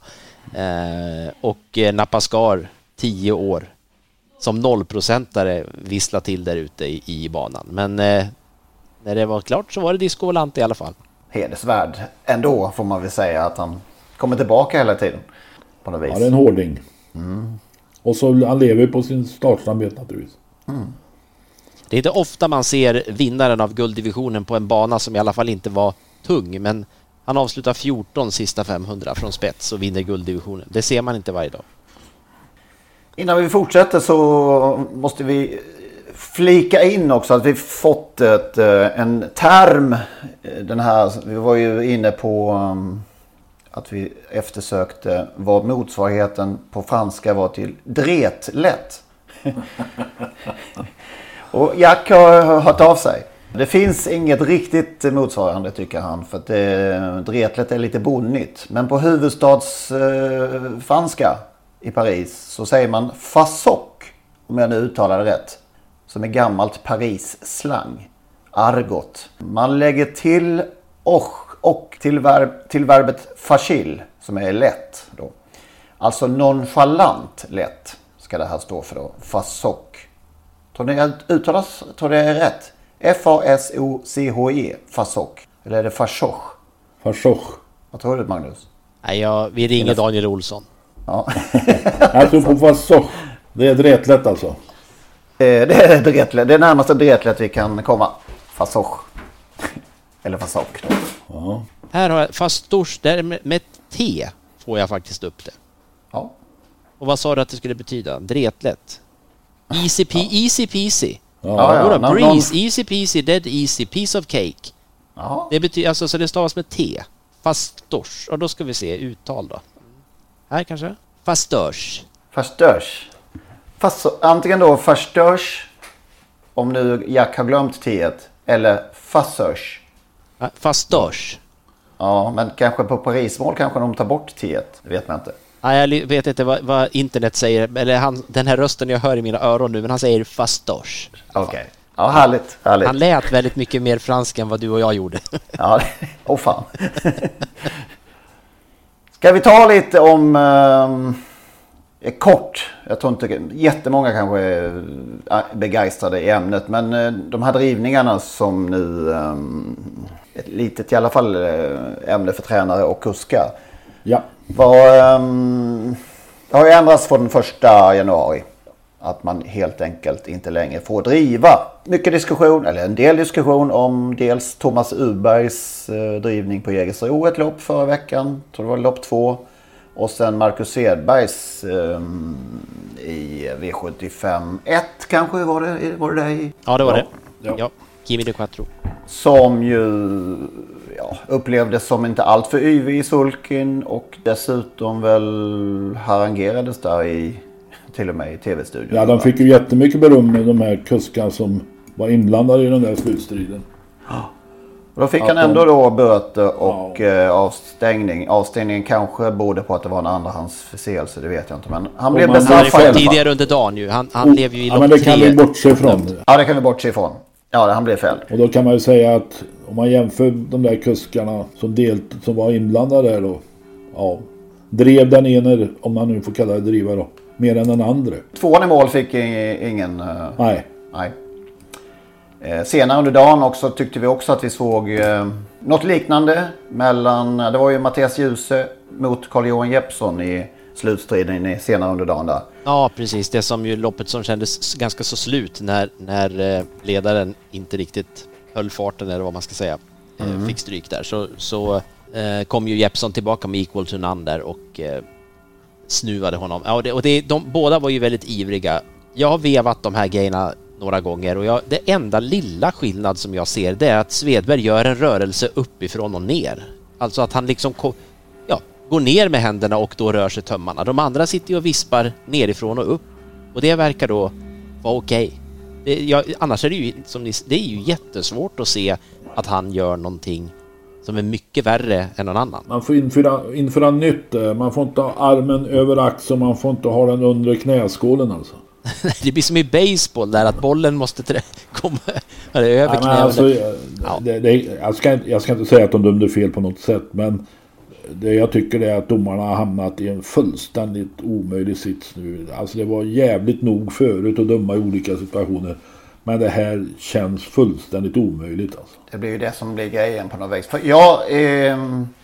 Eh, och eh, Napascar, tio år, som nollprocentare vissla till där ute i, i banan. Men eh, när det var klart så var det Discovolante i alla fall. Hedersvärd ändå, får man väl säga, att han kommer tillbaka hela tiden på något vis. Ja, det är en hårding. Mm. Och så han lever på sin startsamhet naturligtvis. Mm. Det är inte ofta man ser vinnaren av gulddivisionen på en bana som i alla fall inte var tung, men han avslutar fjorton sista femhundra från spets och vinner gulddivisionen. Det ser man inte varje dag. Innan vi fortsätter så måste vi flika in också att vi fått ett, en term. Den här, vi var ju inne på att vi eftersökte vad motsvarigheten på franska var till dretlätt. Och Jack har hört av sig. Det finns inget riktigt motsvarande, tycker han, för att det, dretlätt är lite bonnigt. Men på huvudstads eh, franska i Paris så säger man fasoc, om jag nu uttalar det rätt, som är gammalt Paris-slang, argot. Man lägger till och, och till, verb, till verbet facile, som är lätt då. Alltså nonchalant lätt ska det här stå för då, fasoc. Tror ni uttalas, tror det är rätt? F A S O C H E, fasoc. Eller är det fasoch? Fasoch. Vad tror du, Magnus? Nej, jag, vi ringer Daniel Olsson. Ja. Jag tror på fasoch. Det är dretlätt alltså. Det, det är dretlätt. Det är närmaste dretlätt vi kan komma. Fasoch. Eller fasoch. Ja. Här har jag fastors, där med, med T får jag faktiskt upp det. Ja. Och vad sa du att det skulle betyda? Dretlätt. Easy, pe- ja. easy peasy. Ja, ja, ja. No, breeze, någon... easy peasy, dead easy, piece of cake. Ja. Det betyder alltså, så det stavas med T. Fastors. Och då ska vi se uttal då. Här kanske? Fastörs. Fastörs. Fast, antingen då fastörs, om nu Jack har glömt T-et, eller fassörs. Ja, fastörs. Ja, men kanske på Parismål kanske de tar bort T-et. Det vet man inte. Nej, jag vet inte vad, vad internet säger. Eller han, den här rösten jag hör i mina öron nu, men han säger fastörs. Okej. Okay. Ja, härligt, härligt. Han lät väldigt mycket mer fransk än vad du och jag gjorde. Ja, åh fan. Ska vi ta lite om... Eh, kort. Jag tror inte jättemånga kanske är begeistrade i ämnet. Men eh, de här drivningarna som nu... Eh, ett litet i alla fall ämne för tränare och kuskar. Ja. Var, um, det har ju ändrats från den första januari. Att man helt enkelt inte längre får driva. Mycket diskussion, eller en del diskussion om dels Thomas Ubergs eh, drivning på Jägersro, ett lopp förra veckan. Jag tror det var lopp två. Och sen Marcus Edbergs eh, i V sjuttiofem ett kanske var det, var det där i? Ja, det var ja. det. Ja. ja. Kimi de Quattro. Som ju ja, upplevdes som inte allt för yvig i sulken och dessutom väl harangerades där i, till och med i tv-studion. Ja, de fick ju jättemycket beröm med de här kuskarna som var inblandade i den där slutstriden. Ja. Då fick han ändå då böter och ja. eh, avstängning. Avstängningen kanske borde på att det var en andrahandsförseelse, det vet jag inte. Men han blev bestraffad. Han tidigare under dagen ju. Han, han oh, blev ju i ja, men det kan vi bortse ifrån. Ja, det kan vi bortse ifrån. Ja, han blev fälld. Och då kan man ju säga att om man jämför de där kuskarna som, delt, som var inblandade där då. Ja, drev den ena, om man nu får kalla det driva då, mer än den andra. Tvåan i mål fick ingen... Uh, nej. Nej. Eh, senare under dagen också tyckte vi också att vi såg eh, något liknande mellan, det var ju Mattias Djuse mot Carl-Johan Jeppsson i slutstriden i senare under dagen där. Ja, precis. Det som ju loppet som kändes ganska så slut när, när eh, ledaren inte riktigt höll farten eller vad man ska säga, mm. eh, fick stryk där. Så, så eh, kom ju Jeppsson tillbaka med equal to none där och eh, snuvade honom. Ja, och det, och det, de båda var ju väldigt ivriga. Jag har vevat de här grejerna några gånger och jag, det enda lilla skillnad som jag ser det är att Svedberg gör en rörelse uppifrån och ner. Alltså att han liksom ja, går ner med händerna och då rör sig tömmarna. De andra sitter ju och vispar nerifrån och upp och det verkar då vara okej. Det, ja, annars är det ju som ni, det är ju jättesvårt att se att han gör någonting som är mycket värre än någon annan. Man får införa, införa nytt. Man får inte ha armen över axeln, man får inte ha den under knäskålen alltså. Det blir som i baseball där att bollen måste trä- komma över knäna. Alltså, ja. det, det, jag, ska, jag ska inte säga att de dömde fel på något sätt, men det jag tycker är att domarna har hamnat i en fullständigt omöjlig sits nu. Alltså det var jävligt nog förut att döma i olika situationer, men det här känns fullständigt omöjligt alltså. Det blir ju det som blir grejen på något vis. För ja, eh,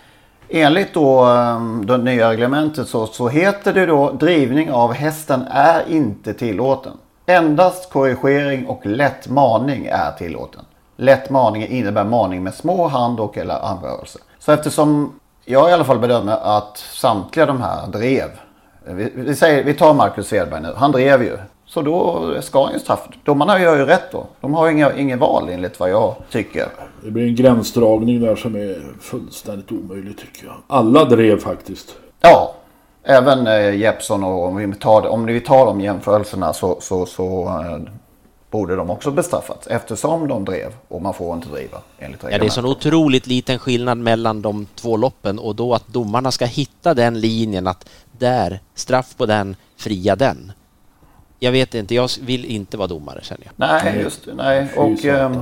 enligt då det nya reglementet så, så heter det då drivning av hästen är inte tillåten. Endast korrigering och lätt maning är tillåten. Lätt maning innebär maning med små hand och eller armrörelse. Så eftersom jag i alla fall bedömer att samtliga de här drev. Vi, vi, säger, vi tar Marcus Svedberg nu. Han drev ju. Så då ska han ju straff. Domarna gör ju rätt då. De har ju inga, inga val enligt vad jag tycker. Det blir en gränsdragning där som är fullständigt omöjlig tycker jag. Alla drev faktiskt. Ja, även eh, Jeppsson och om vi tar, om vi tar de jämförelserna så, så, så eh, borde de också bestraffats. Eftersom de drev och man får inte driva enligt reglerna. Ja, det är så en otroligt liten skillnad mellan de två loppen och då att domarna ska hitta den linjen att där, straff på den, fria den. Jag vet inte, jag vill inte vara domare känner jag. Nej, just det, nej. Och eh,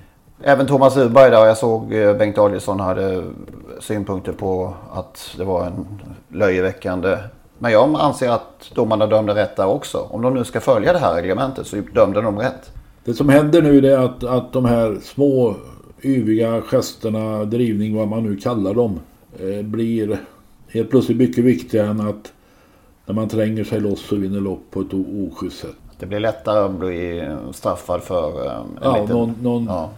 även Thomas Urberg där, jag såg eh, Bengt Adielsson hade synpunkter på att det var en löjeväckande. Men jag anser att domarna dömde rätt där också. Om de nu ska följa det här reglementet så dömde de rätt. Det som händer nu är att, att de här små yviga gesterna, drivning vad man nu kallar dem, eh, blir helt plötsligt mycket viktigare än att när man tränger sig loss och vinner lopp på ett oschysst sätt. Det blir lättare att bli straffad för en ja, liten... Någon, någon, ja.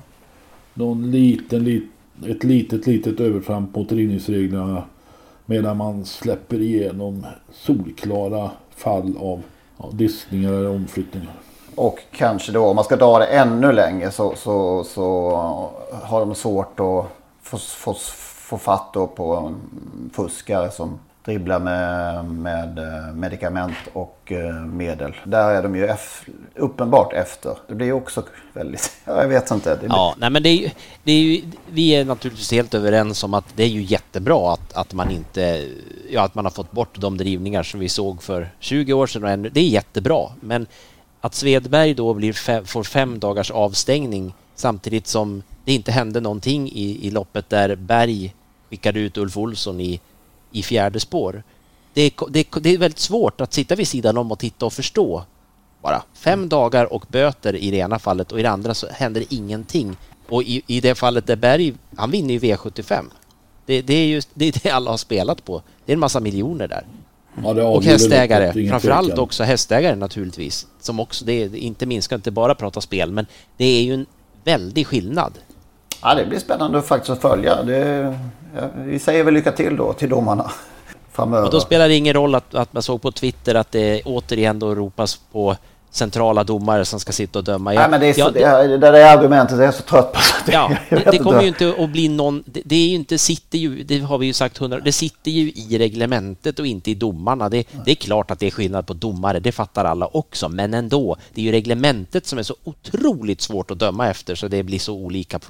någon liten, lit, ett litet, litet övertramp mot drivningsreglerna medan man släpper igenom solklara fall av ja, diskningar eller omflyttningar. Och kanske då, om man ska dra det ännu längre så, så, så har de svårt att få, få, få fatt då på fuskare som dribblar med, med medicament och medel. Där är de ju eff, uppenbart efter. Det blir ju också väldigt, jag vet inte. Det blir... Ja, nej men det är ju, det är ju, vi är naturligtvis helt överens om att det är ju jättebra att, att man inte, ja att man har fått bort de drivningar som vi såg för tjugo år sedan och ännu, det är jättebra. Men att Svedberg då blir fem, får fem dagars avstängning samtidigt som det inte hände någonting i, i loppet där Berg skickade ut Ulf Olsson i i fjärde spår. Det är, det, det är väldigt svårt att sitta vid sidan om och titta och förstå. Bara fem dagar och böter i det ena fallet och i det andra så händer det ingenting. Och i, i det fallet där Berg, han vinner ju V sjuttiofem. Det, det är ju det, är det alla har spelat på. Det är en massa miljoner där. Ja, och hästägare, framförallt också hästägare naturligtvis. Som också, det är, inte minst ska inte bara prata spel, men det är ju en väldig skillnad. Ja, det blir spännande faktiskt att följa. Det, ja, vi säger väl lycka till då till domarna framöver. Och då spelar det ingen roll att, att man såg på Twitter att det återigen då ropas på centrala domare som ska sitta och döma. Jag, Nej, men det är så, ja, det, det, det där argumentet är jag så trött på. Det, ja, det, det kommer ju inte att bli någon, det, det är ju inte, sitter ju, det har vi ju sagt hundra, det sitter ju i reglementet och inte i domarna. Det, det är klart att det är skillnad på domare, det fattar alla också, men ändå, det är ju reglementet som är så otroligt svårt att döma efter så det blir så olika från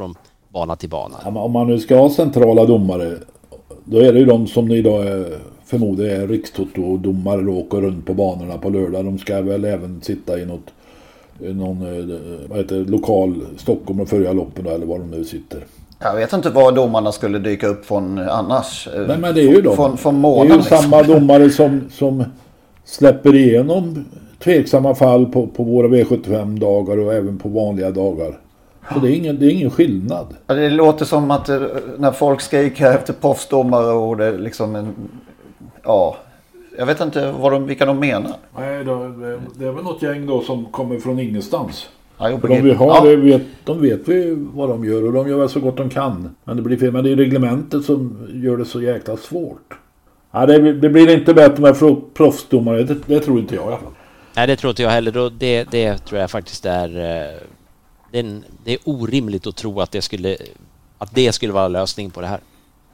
bana till bana. Ja, om man nu ska ha centrala domare, då är det ju de som idag är, förmodligen är rikstoto-domare och åker runt på banorna på lördag. De ska väl även sitta i något någon vad heter, lokal Stockholm och följa loppen eller var de nu sitter. Jag vet inte vad domarna skulle dyka upp från annars. Nej, men det är ju de. Från, från månaden, det är ju liksom. samma domare som, som släpper igenom tveksamma fall på, på våra V sjuttiofem-dagar och även på vanliga dagar. Så det är ingen, det är ingen skillnad. Det låter som att när folk skriker efter proffsdomare och det är liksom en... Ja, jag vet inte vad de, vilka de menar. Nej, då, det, det är väl något gäng då som kommer från ingenstans. Ja, För de vi har, ja. det vet, de vet vi vad de gör och de gör väl så gott de kan. Men det blir fel, men det är reglementet som gör det så jäkla svårt. Ja, det, det blir inte bättre med proffsdomare, det, det tror inte jag i alla fall. Nej, det tror inte jag heller. Det, det tror jag faktiskt är... Det är, det är orimligt att tro att det skulle, att det skulle vara lösning på det här.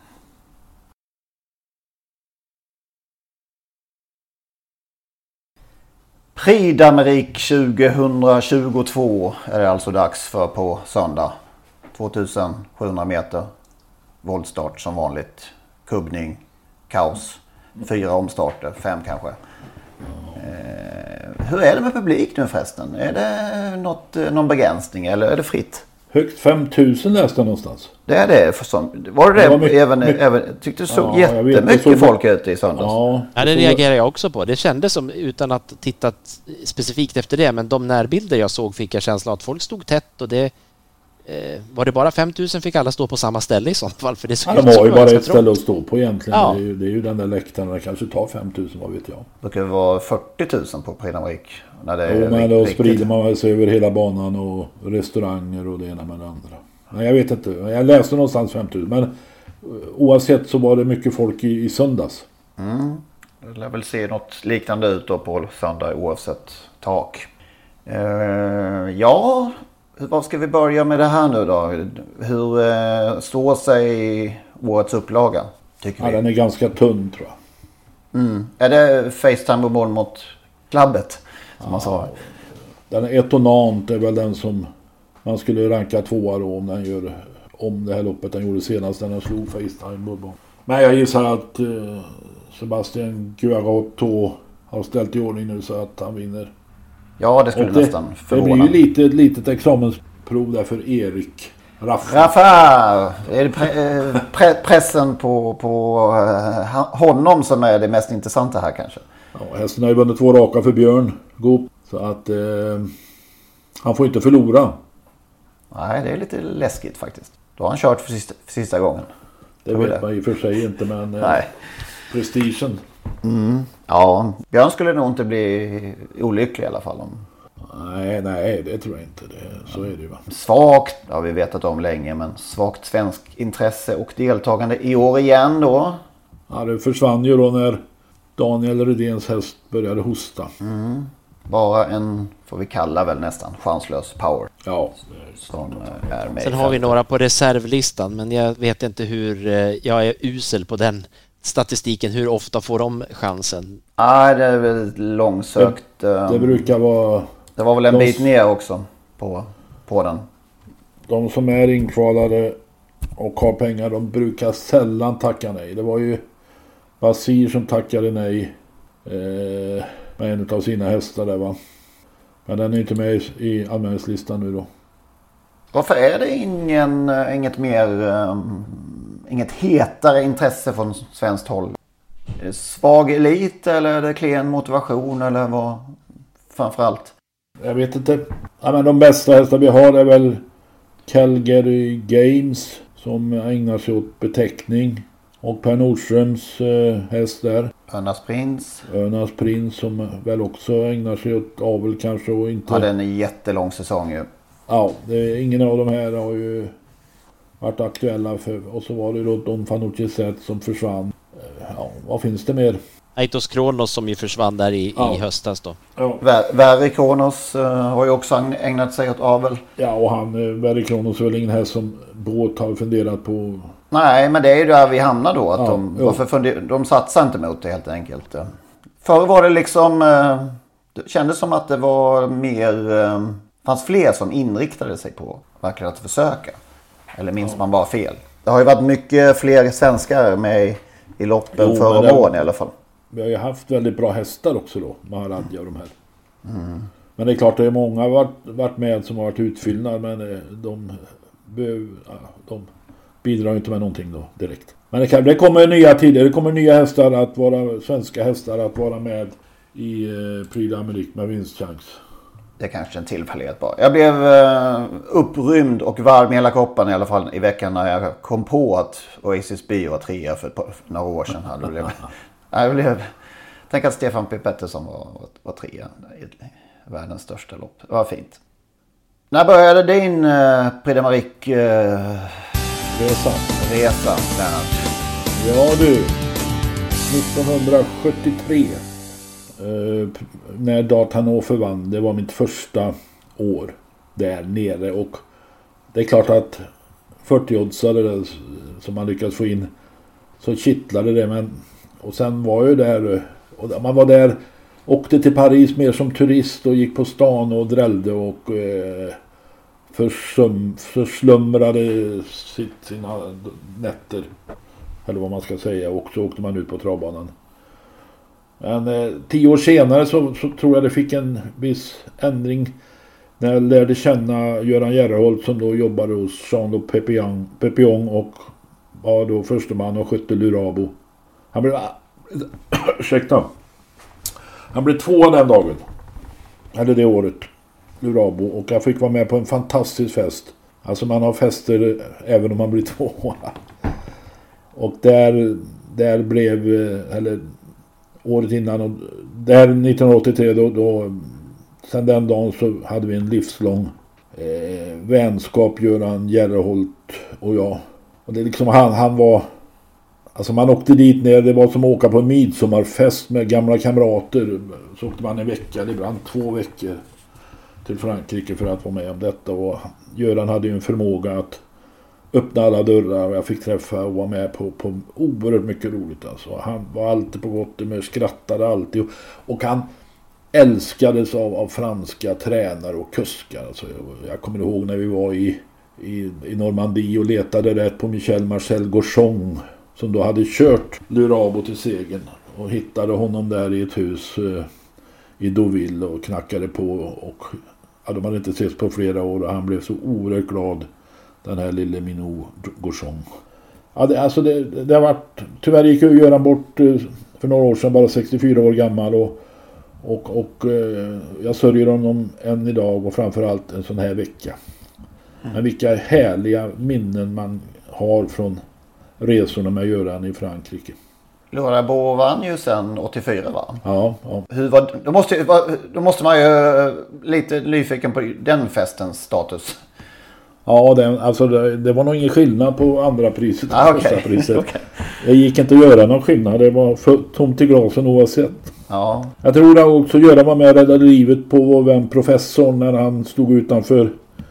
Prix d'Amérique tjugohundratjugotvå är det alltså dags för på söndag. tvåtusen sjuhundra meter. Voltstart som vanligt. Kubbning. Kaos. Fyra omstarter. Fem kanske. Eh, hur är det med publik nu förresten? Är det något, någon begränsning eller är det fritt? Högst fem tusen läste någonstans. Det är det. För som, var det det? det mycket, även, mycket, även, tyckte du såg ja, jättemycket så folk ute i söndags? Ja, ja, det reagerar jag också på. Det kändes som, utan att titta specifikt efter det, men de närbilder jag såg fick jag känslan att folk stod tätt och det eh, var det bara fem tusen fick alla stå på samma ställe i sånt fall. För det ja, de har ju bara ett ställe att stå på egentligen. Ja. Det, är ju, det är ju den där läktaren, det kanske tar fem tusen, vad vet jag. Det kan vara fyrtio tusen på Prix d'Amérique. När det är jo, men då sprider man sig över hela banan och restauranger och det ena med det andra. Nej, jag vet inte. Jag läste någonstans fem tusen. Men oavsett så var det mycket folk i, i söndags. Mm. Jag lär väl se något liknande ut då på söndag oavsett tak. Uh, ja, vad ska vi börja med det här nu då? Hur uh, står sig årets upplaga? Tycker ja, vi? Den är ganska tunn tror jag. Mm. Är det FaceTime och mål mot klabbet? Som ja, man sa. Den är etonant är väl den som man skulle ranka tvåa då om den gör om det här loppet den gjorde senast när den slog FaceTime Bubba. Men jag gissar att eh, Sebastian Guarato har ställt i ordning nu så att han vinner. Ja, det skulle det, nästan förvåna. Det blir ju lite ett litet examensprov där för Erik Raffa. Raffa! Är det pre- pre- pressen på, på uh, honom som är det mest intressanta här kanske? Ja, hästen har ju vunnit två raka för Björn Goop, så att eh, han får inte förlora. Nej, det är lite läskigt faktiskt. Då har han kört för sista, för sista gången. Det vet det. man i och för sig inte, men eh, Nej. prestigen. Mm. Ja, Björn skulle nog inte bli olycklig i alla fall. Om... Nej, nej, det tror jag inte. Det, så är det ju va. Svagt, ja vi vetat om länge, men svagt svensk intresse och deltagande i år igen då. Ja, det försvann ju då när Daniel Rydéns häst började hosta. Mm. Bara en, får vi kalla väl nästan, chanslös power. Ja. Som är med. Sen har vi några på reservlistan, men jag vet inte hur, jag är usel på den statistiken. Hur ofta får de chansen? Ja, det är väl långsökt. Det, det brukar vara... Det var väl en de, bit ner också på, på den. De som är inkvalade och har pengar, de brukar sällan tacka nej. Det var ju Basir som tackade nej eh, med en av sina hästar där va. Men den är inte med i anmälningslistan nu då. Varför är det ingen, inget mer um, inget hetare intresse från svenskt håll? Är det svag elit eller är det klen motivation eller vad framförallt? Jag vet inte. Ja, men de bästa hästar vi har är väl Calgary Games som ägnar sig åt beteckning. Och Per Nordströms eh, häst där. Örnas Prins. Örnas Prins som väl också ägnar sig åt avel kanske och inte... Ja, den är jättelång säsong ju. Ja, det är, ingen av de här har ju varit aktuella för... Och så var det då Don Fanucci Zet som försvann. Ja, vad finns det mer? Aitos Kronos som ju försvann där i, ja. i höstas då. Ja. Verry Kronos uh, har ju också ägnat sig åt avel. Ja, och han, uh, Verry Kronos är väl ingen här som båt har funderat på... Nej, men det är ju där vi hamnar då. Att ja, de, varför funder, de satsar inte mot det helt enkelt. Förr var det liksom... Uh, det kändes som att det var mer... Uh, fanns fler som inriktade sig på verkligen att försöka. Eller minns ja. man bara fel? Det har ju varit mycket fler svenskar med i, i loppen jo, förra åren i alla fall. Vi har ju haft väldigt bra hästar också då, Maharadja och de här. Mm. Men det är klart, det är många varit, varit med som har varit utfyllnad, men de, de bidrar inte med någonting då direkt. Men det, kan, det kommer nya tider, det kommer nya hästar att vara, svenska hästar att vara med i eh, Prix d'Amérique med vinstchans. Det är kanske en tillfällighet bara. Jag blev eh, upprymd och varm i hela kroppen i alla fall i veckan när jag kom på att Oasis B var trea för ett par, några år sedan. Jag blev, jag blev, tänk att Stefan P. Pettersson var, var, var trea i världens största lopp. Det var fint. När började din eh, Prix d'Amérique eh, resa? Resa, Lennart? Ja du, nittonhundrasjuttiotre. Uh, när D'Artagnan förvann, det var mitt första år där nere, och det är klart att fyrtio-oddsare som man lyckats få in, så kittlade det, men och sen var ju där, och man var där, åkte till Paris mer som turist och gick på stan och drällde och uh, försum, förslumrade sitt, sina nätter, eller vad man ska säga, och så åkte man ut på travbanan. Men eh, tio år senare så, så tror jag det fick en viss ändring när jag lärde känna Göran Järreholt som då jobbade hos Jean-Luc Pepillon, Pepillon och var då försteman och skötte Lurabo. Han blev ursäkta. Han blev tvåa den dagen. Eller det året. Lurabo, och jag fick vara med på en fantastisk fest. Alltså man har fester även om man blir tvåa. Och där där blev eller året innan, och där nittonhundraåttiotre då, då sen den dagen så hade vi en livslång eh, vänskap, Göran Järreholt och jag. Och det är liksom han, han var, alltså man åkte dit ner, det var som att åka på en midsommarfest med gamla kamrater. Så åkte man en vecka, eller ibland två veckor till Frankrike för att vara med om detta, och Göran hade ju en förmåga att öppna alla dörrar, och jag fick träffa och vara med på, på oerhört mycket roligt. Alltså. Han var alltid på gott humör, skrattade alltid, och, och han älskades av, av franska tränare och kuskar. Alltså, jag, jag kommer ihåg när vi var i, i, i Normandie och letade rätt på Michel Marcel Gauchon som då hade kört Lurabo till segern, och hittade honom där i ett hus eh, i Deauville och knackade på, och ja, de hade inte setts på flera år, och han blev så oerhört glad, den här lille Minou Gauchon. Ja, det, alltså det, det har varit, tyvärr gick ju Göran bort eh, för några år sedan, bara sextiofyra år gammal, och, och, och eh, jag sörjer honom än idag, och framförallt en sån här vecka. Mm. Men vilka härliga minnen man har från resorna med Göran i Frankrike. Lurabo vann ju sen åttiofyra, va? Ja, ja. Hur var, då, måste, då måste man ju lite nyfiken på den festens status. Ja, det, alltså det, det var nog ingen skillnad på andra priset och ah, första okay. priset. okay. Det gick inte att göra någon skillnad, det var för, tomt i glasen oavsett. Ja. Jag tror att också göra var med och räddade livet på vår vän professorn när han stod utanför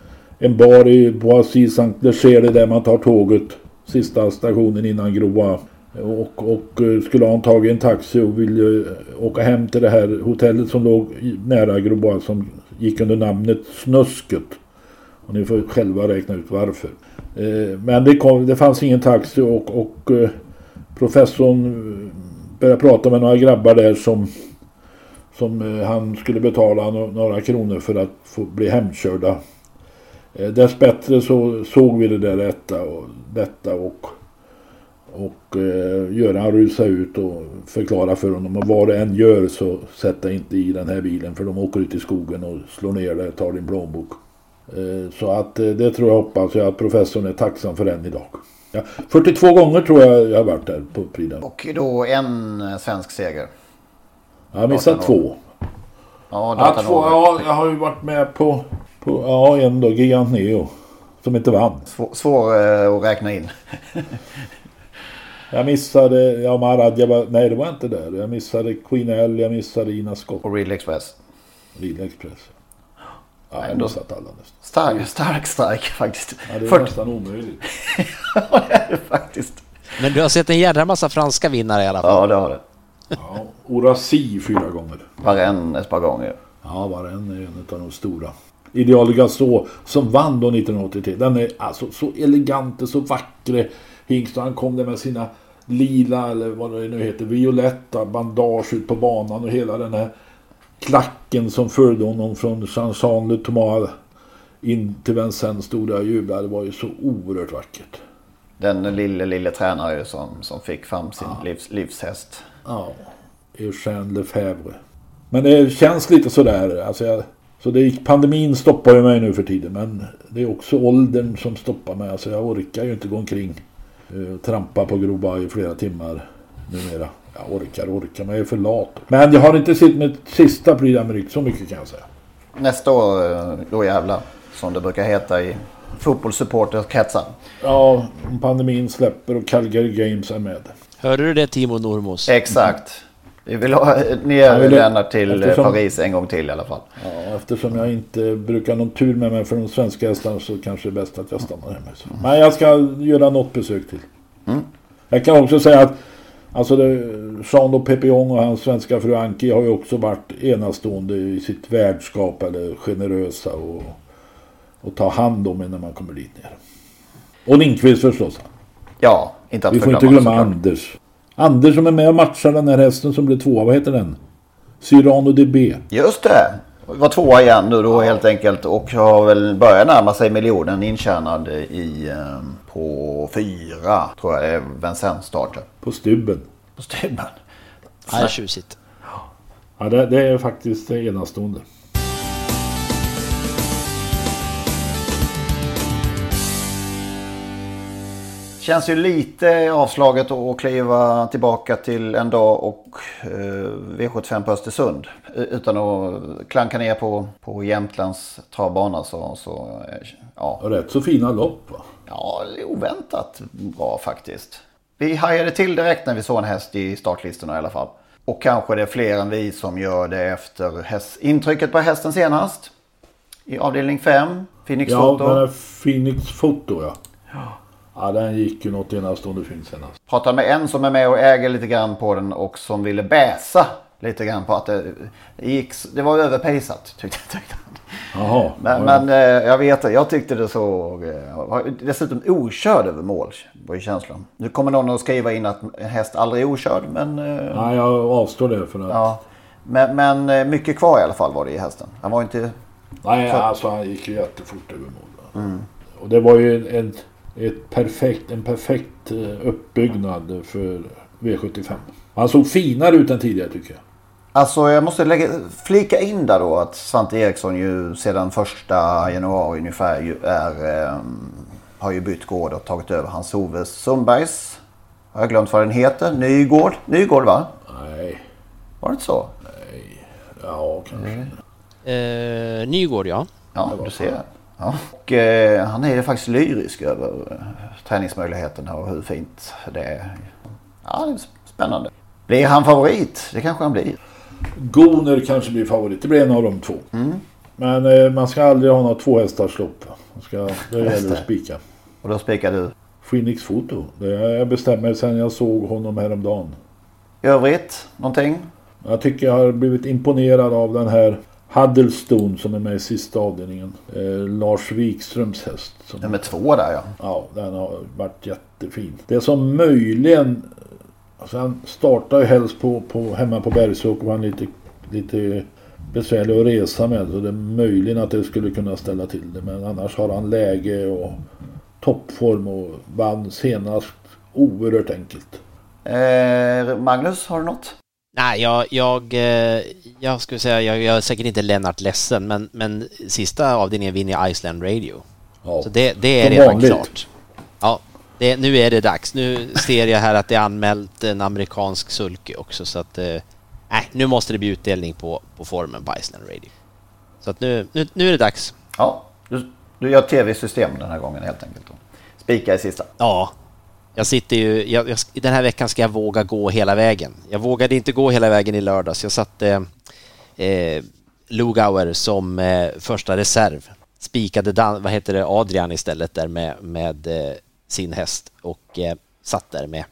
en bar i Boissy Saint-Léger, där man tar tåget, sista stationen innan Groa. Och, och skulle han tagit en taxi och ville åka hem till det här hotellet som låg nära Groa, som gick under namnet Snusket. Och ni får själva räkna ut varför. Eh, men det, kom, det fanns ingen taxi, och, och eh, professorn började prata med några grabbar där som, som eh, han skulle betala no, några kronor för att få bli hemkörda. Eh, dessbättre så såg vi det där detta och, detta och, och eh, Göran rusade ut och förklara för honom, och vad det än gör så sätta inte i den här bilen, för de åker ut i skogen och slår ner det, tar din plånbok. Så att det tror jag, hoppas jag att professorn är tacksam för än idag. Ja, fyrtiotvå gånger tror jag jag har varit där på Prix. Och då en svensk seger. Jag har missat två. Ja, ja, två. Ja, jag har ju varit med på, på ja, en då, Gigant Neo, som inte vann. Svår, svår uh, att räkna in. Jag missade, ja, Maharadja var, nej det var inte där. Jag missade Queen L, jag missade Ina Scott. Och Real Express. Real Express. Ja, nej, ändå satt alla nästan. Stark, stark, stark faktiskt. Ja, det är fyrtio nästan omöjligt. Ja, det är det faktiskt. Men du har sett en jävla massa franska vinnare i alla fall. Ja, det har det. Ja, Orasi fyra gånger. Var en ett par gånger. Ja, var en är en av de stora. Ideal Gasol som vann då nittonhundraåttiotre. Den är alltså så elegant och så vacker hingst. Han kom där med sina lila eller vad det nu heter, violetta bandage ut på banan och hela den här klacken som följde honom från Jean-Jean Thomas in till Vincennes stora jublar. Det var ju så oerhört vackert. Den lille, lille tränare som, som fick fram sin ja. livs, livshäst. Ja, Eugène Lefebvre. Men det känns lite sådär. Alltså jag, så det gick, pandemin stoppar ju mig nu för tiden. Men det är också åldern som stoppar mig. Alltså jag orkar ju inte gå omkring och trampa på Groba i flera timmar numera. Jag orkar, orkar, men jag är för lat. Men jag har inte sett mitt sista Prix d'Amérique så mycket kan jag säga. Nästa år, då jävla, som det brukar heta i fotbollssupporterkretsar. Ja, pandemin släpper och Calgary Games är med. Hörde du det, Timo Normos? Exakt. Vi vill ha ner Lennart till eftersom, Paris en gång till i alla fall. Ja, eftersom jag inte brukar någon tur med mig för de svenska hästarna så kanske det är bäst att jag stannar hemma. Så. Men jag ska göra något besök till. Mm. Jag kan också säga att alltså det, Jean och Pepillon och hans svenska fru Anki har ju också varit enastående i sitt värdskap eller generösa och, och ta hand om när man kommer dit ner. Och Lindqvist förstås. Ja, inte att vi får inte glömma Anders. Anders som är med och matchar den här hästen som blev tvåa. Vad heter den? Cyrano D B. Just det. Var tvåa igen nu då helt enkelt. Och har väl börjat närma sig miljonen intjänad i, på fyra. Tror jag det är Vincennes starter. På stubben. På stubben. Det är tjusigt. Ja, det, det är faktiskt enastående. Känns ju lite avslaget att kliva tillbaka till en dag och eh, V sjuttiofem på Östersund. Utan att klanka ner på, på Jämtlands travbana så, så ja. Rätt så fina lopp va? Ja, oväntat bra faktiskt. Vi hajade till direkt när vi såg en häst i startlistorna i alla fall. Och kanske det är fler än vi som gör det efter häst, intrycket på hästen senast. I avdelning fem, Phoenix ja, Foto. Ja, Phoenix Foto ja. Ja. Ja, den gick ju något enastående fint senast. Pratade med en som är med och äger lite grann på den och som ville bäsa lite grann på att det gick, det var överpejsat tyckte jag. Jaha. Men, ja. men jag vet jag tyckte det så dessutom okörd över mål var ju känslan. Nu kommer någon att skriva in att en häst aldrig är okörd men nej, jag avstår det för att ja. Men, men mycket kvar i alla fall var det i hästen. Han var inte nej, så... alltså han gick ju jättefort över mål. Mm. Och det var ju en Ett perfekt, en perfekt uppbyggnad för V sjuttiofem. Han såg finare ut än tidigare tycker jag. Alltså jag måste lägga, flika in där då att Svante Eriksson ju sedan första januari ungefär ju är, eh, har ju bytt gård och tagit över Hans Ove Sundbergs. Har jag glömt vad den heter? Nygård? Nygård va? Nej. Var det inte så? Nej. Ja, kanske. Mm. Eh, Nygård ja. Ja, du ser. Ja. Och eh, han är ju faktiskt lyrisk över eh, träningsmöjligheterna och hur fint det är. Ja, det är spännande. Blir han favorit? Det kanske han blir. Goner kanske blir favorit. Det blir en av de två. Mm. Men eh, man ska aldrig ha några tvåhästarslopp. Man ska, det gäller att spika. Och då spikar du? Phoenix Foto. Det jag bestämmer sen jag såg honom häromdagen. I övrigt, någonting? Jag tycker jag har blivit imponerad av den här Huddlestone som är med i sista avdelningen. Eh, Lars Wikströms häst. Som, nummer två där ja. Ja, den har varit jättefin. Det som möjligen... Alltså han startar ju helst på, på, hemma på Bergsåk och var han lite, lite besvärlig att resa med. Så det är möjligen att det skulle kunna ställa till det. Men annars har han läge och toppform och vann senast oerhört enkelt. Eh, Magnus, har du något? Nej, jag, jag, jag skulle säga, jag, jag är säkert inte Lennart ledsen, men, men sista avdelningen vinner Iceland Radio. Ja, så det, det är redan vanligt. Klart. Ja, det, nu är det dags. Nu ser jag här att det är anmält en amerikansk sulke också, så att nej, äh, nu måste det bli utdelning på, på formen på Iceland Radio. Så att nu, nu, nu är det dags. Ja, du, du gör tv-system den här gången helt enkelt. Spika i sista. Ja. Jag sitter ju, jag, jag, den här veckan ska jag våga gå hela vägen. Jag vågade inte gå hela vägen i lördags. Jag satte eh, Lugauer som eh, första reserv. Spikade Dan, vad heter det, Adrian istället där med, med eh, sin häst. Och eh, satt där med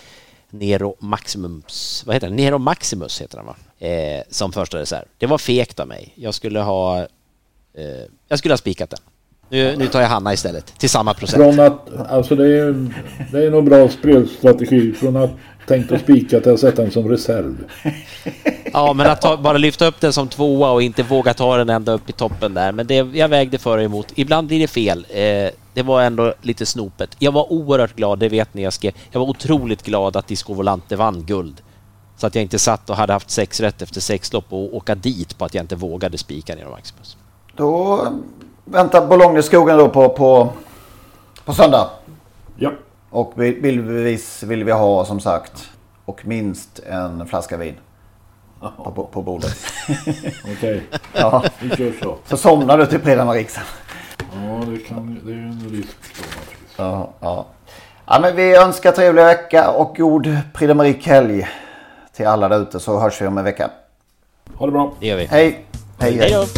Nero Maximus, vad heter det? Nero Maximus heter han va? Eh, som första reserv. Det var fegt av mig. Jag skulle ha Eh, jag skulle ha spikat den. Nu, nu tar jag Hanna istället, till samma procent. Från att, alltså det är, det är nog bra spelstrategi från att tänkt att spika till att sätta den som reserv. Ja, men att ta, bara lyfta upp den som tvåa och inte våga ta den ända upp i toppen där. Men det, jag vägde för och emot. Ibland blir det fel. Eh, det var ändå lite snopet. Jag var oerhört glad, det vet ni jag skrev. Jag var otroligt glad att Disco Volante vann guld. Så att jag inte satt och hade haft sex rätt efter sex lopp och åka dit på att jag inte vågade spika ner Maximus. Då väntar Bologneskogen då på, på, på söndag. Ja. Och bildbevis vill vi ha som sagt. Och minst en flaska vin på, på, på bordet. Okej, okay. Ja. Vi kör så. Så somnar du till Prix d'Amérique. Ja, det, kan, det är en risk. Ja, ja. Ja, men vi önskar trevlig vecka och god Prix d'Amérique-helg till alla där ute, så hörs vi om en vecka. Ha det bra. Det gör vi. Hej. Hej, hej. Hej då.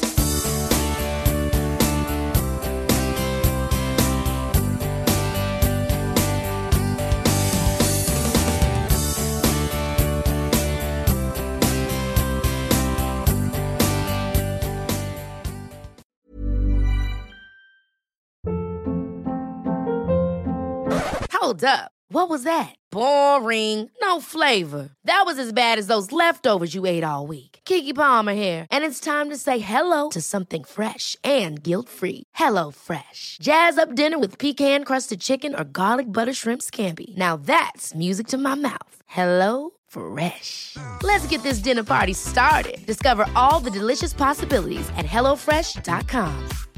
Hold up. What was that? Boring. No flavor. That was as bad as those leftovers you ate all week. Keke Palmer here, and it's time to say hello to something fresh and guilt-free. Hello Fresh. Jazz up dinner with pecan-crusted chicken or garlic butter shrimp scampi. Now that's music to my mouth. Hello Fresh. Let's get this dinner party started. Discover all the delicious possibilities at hello fresh dot com.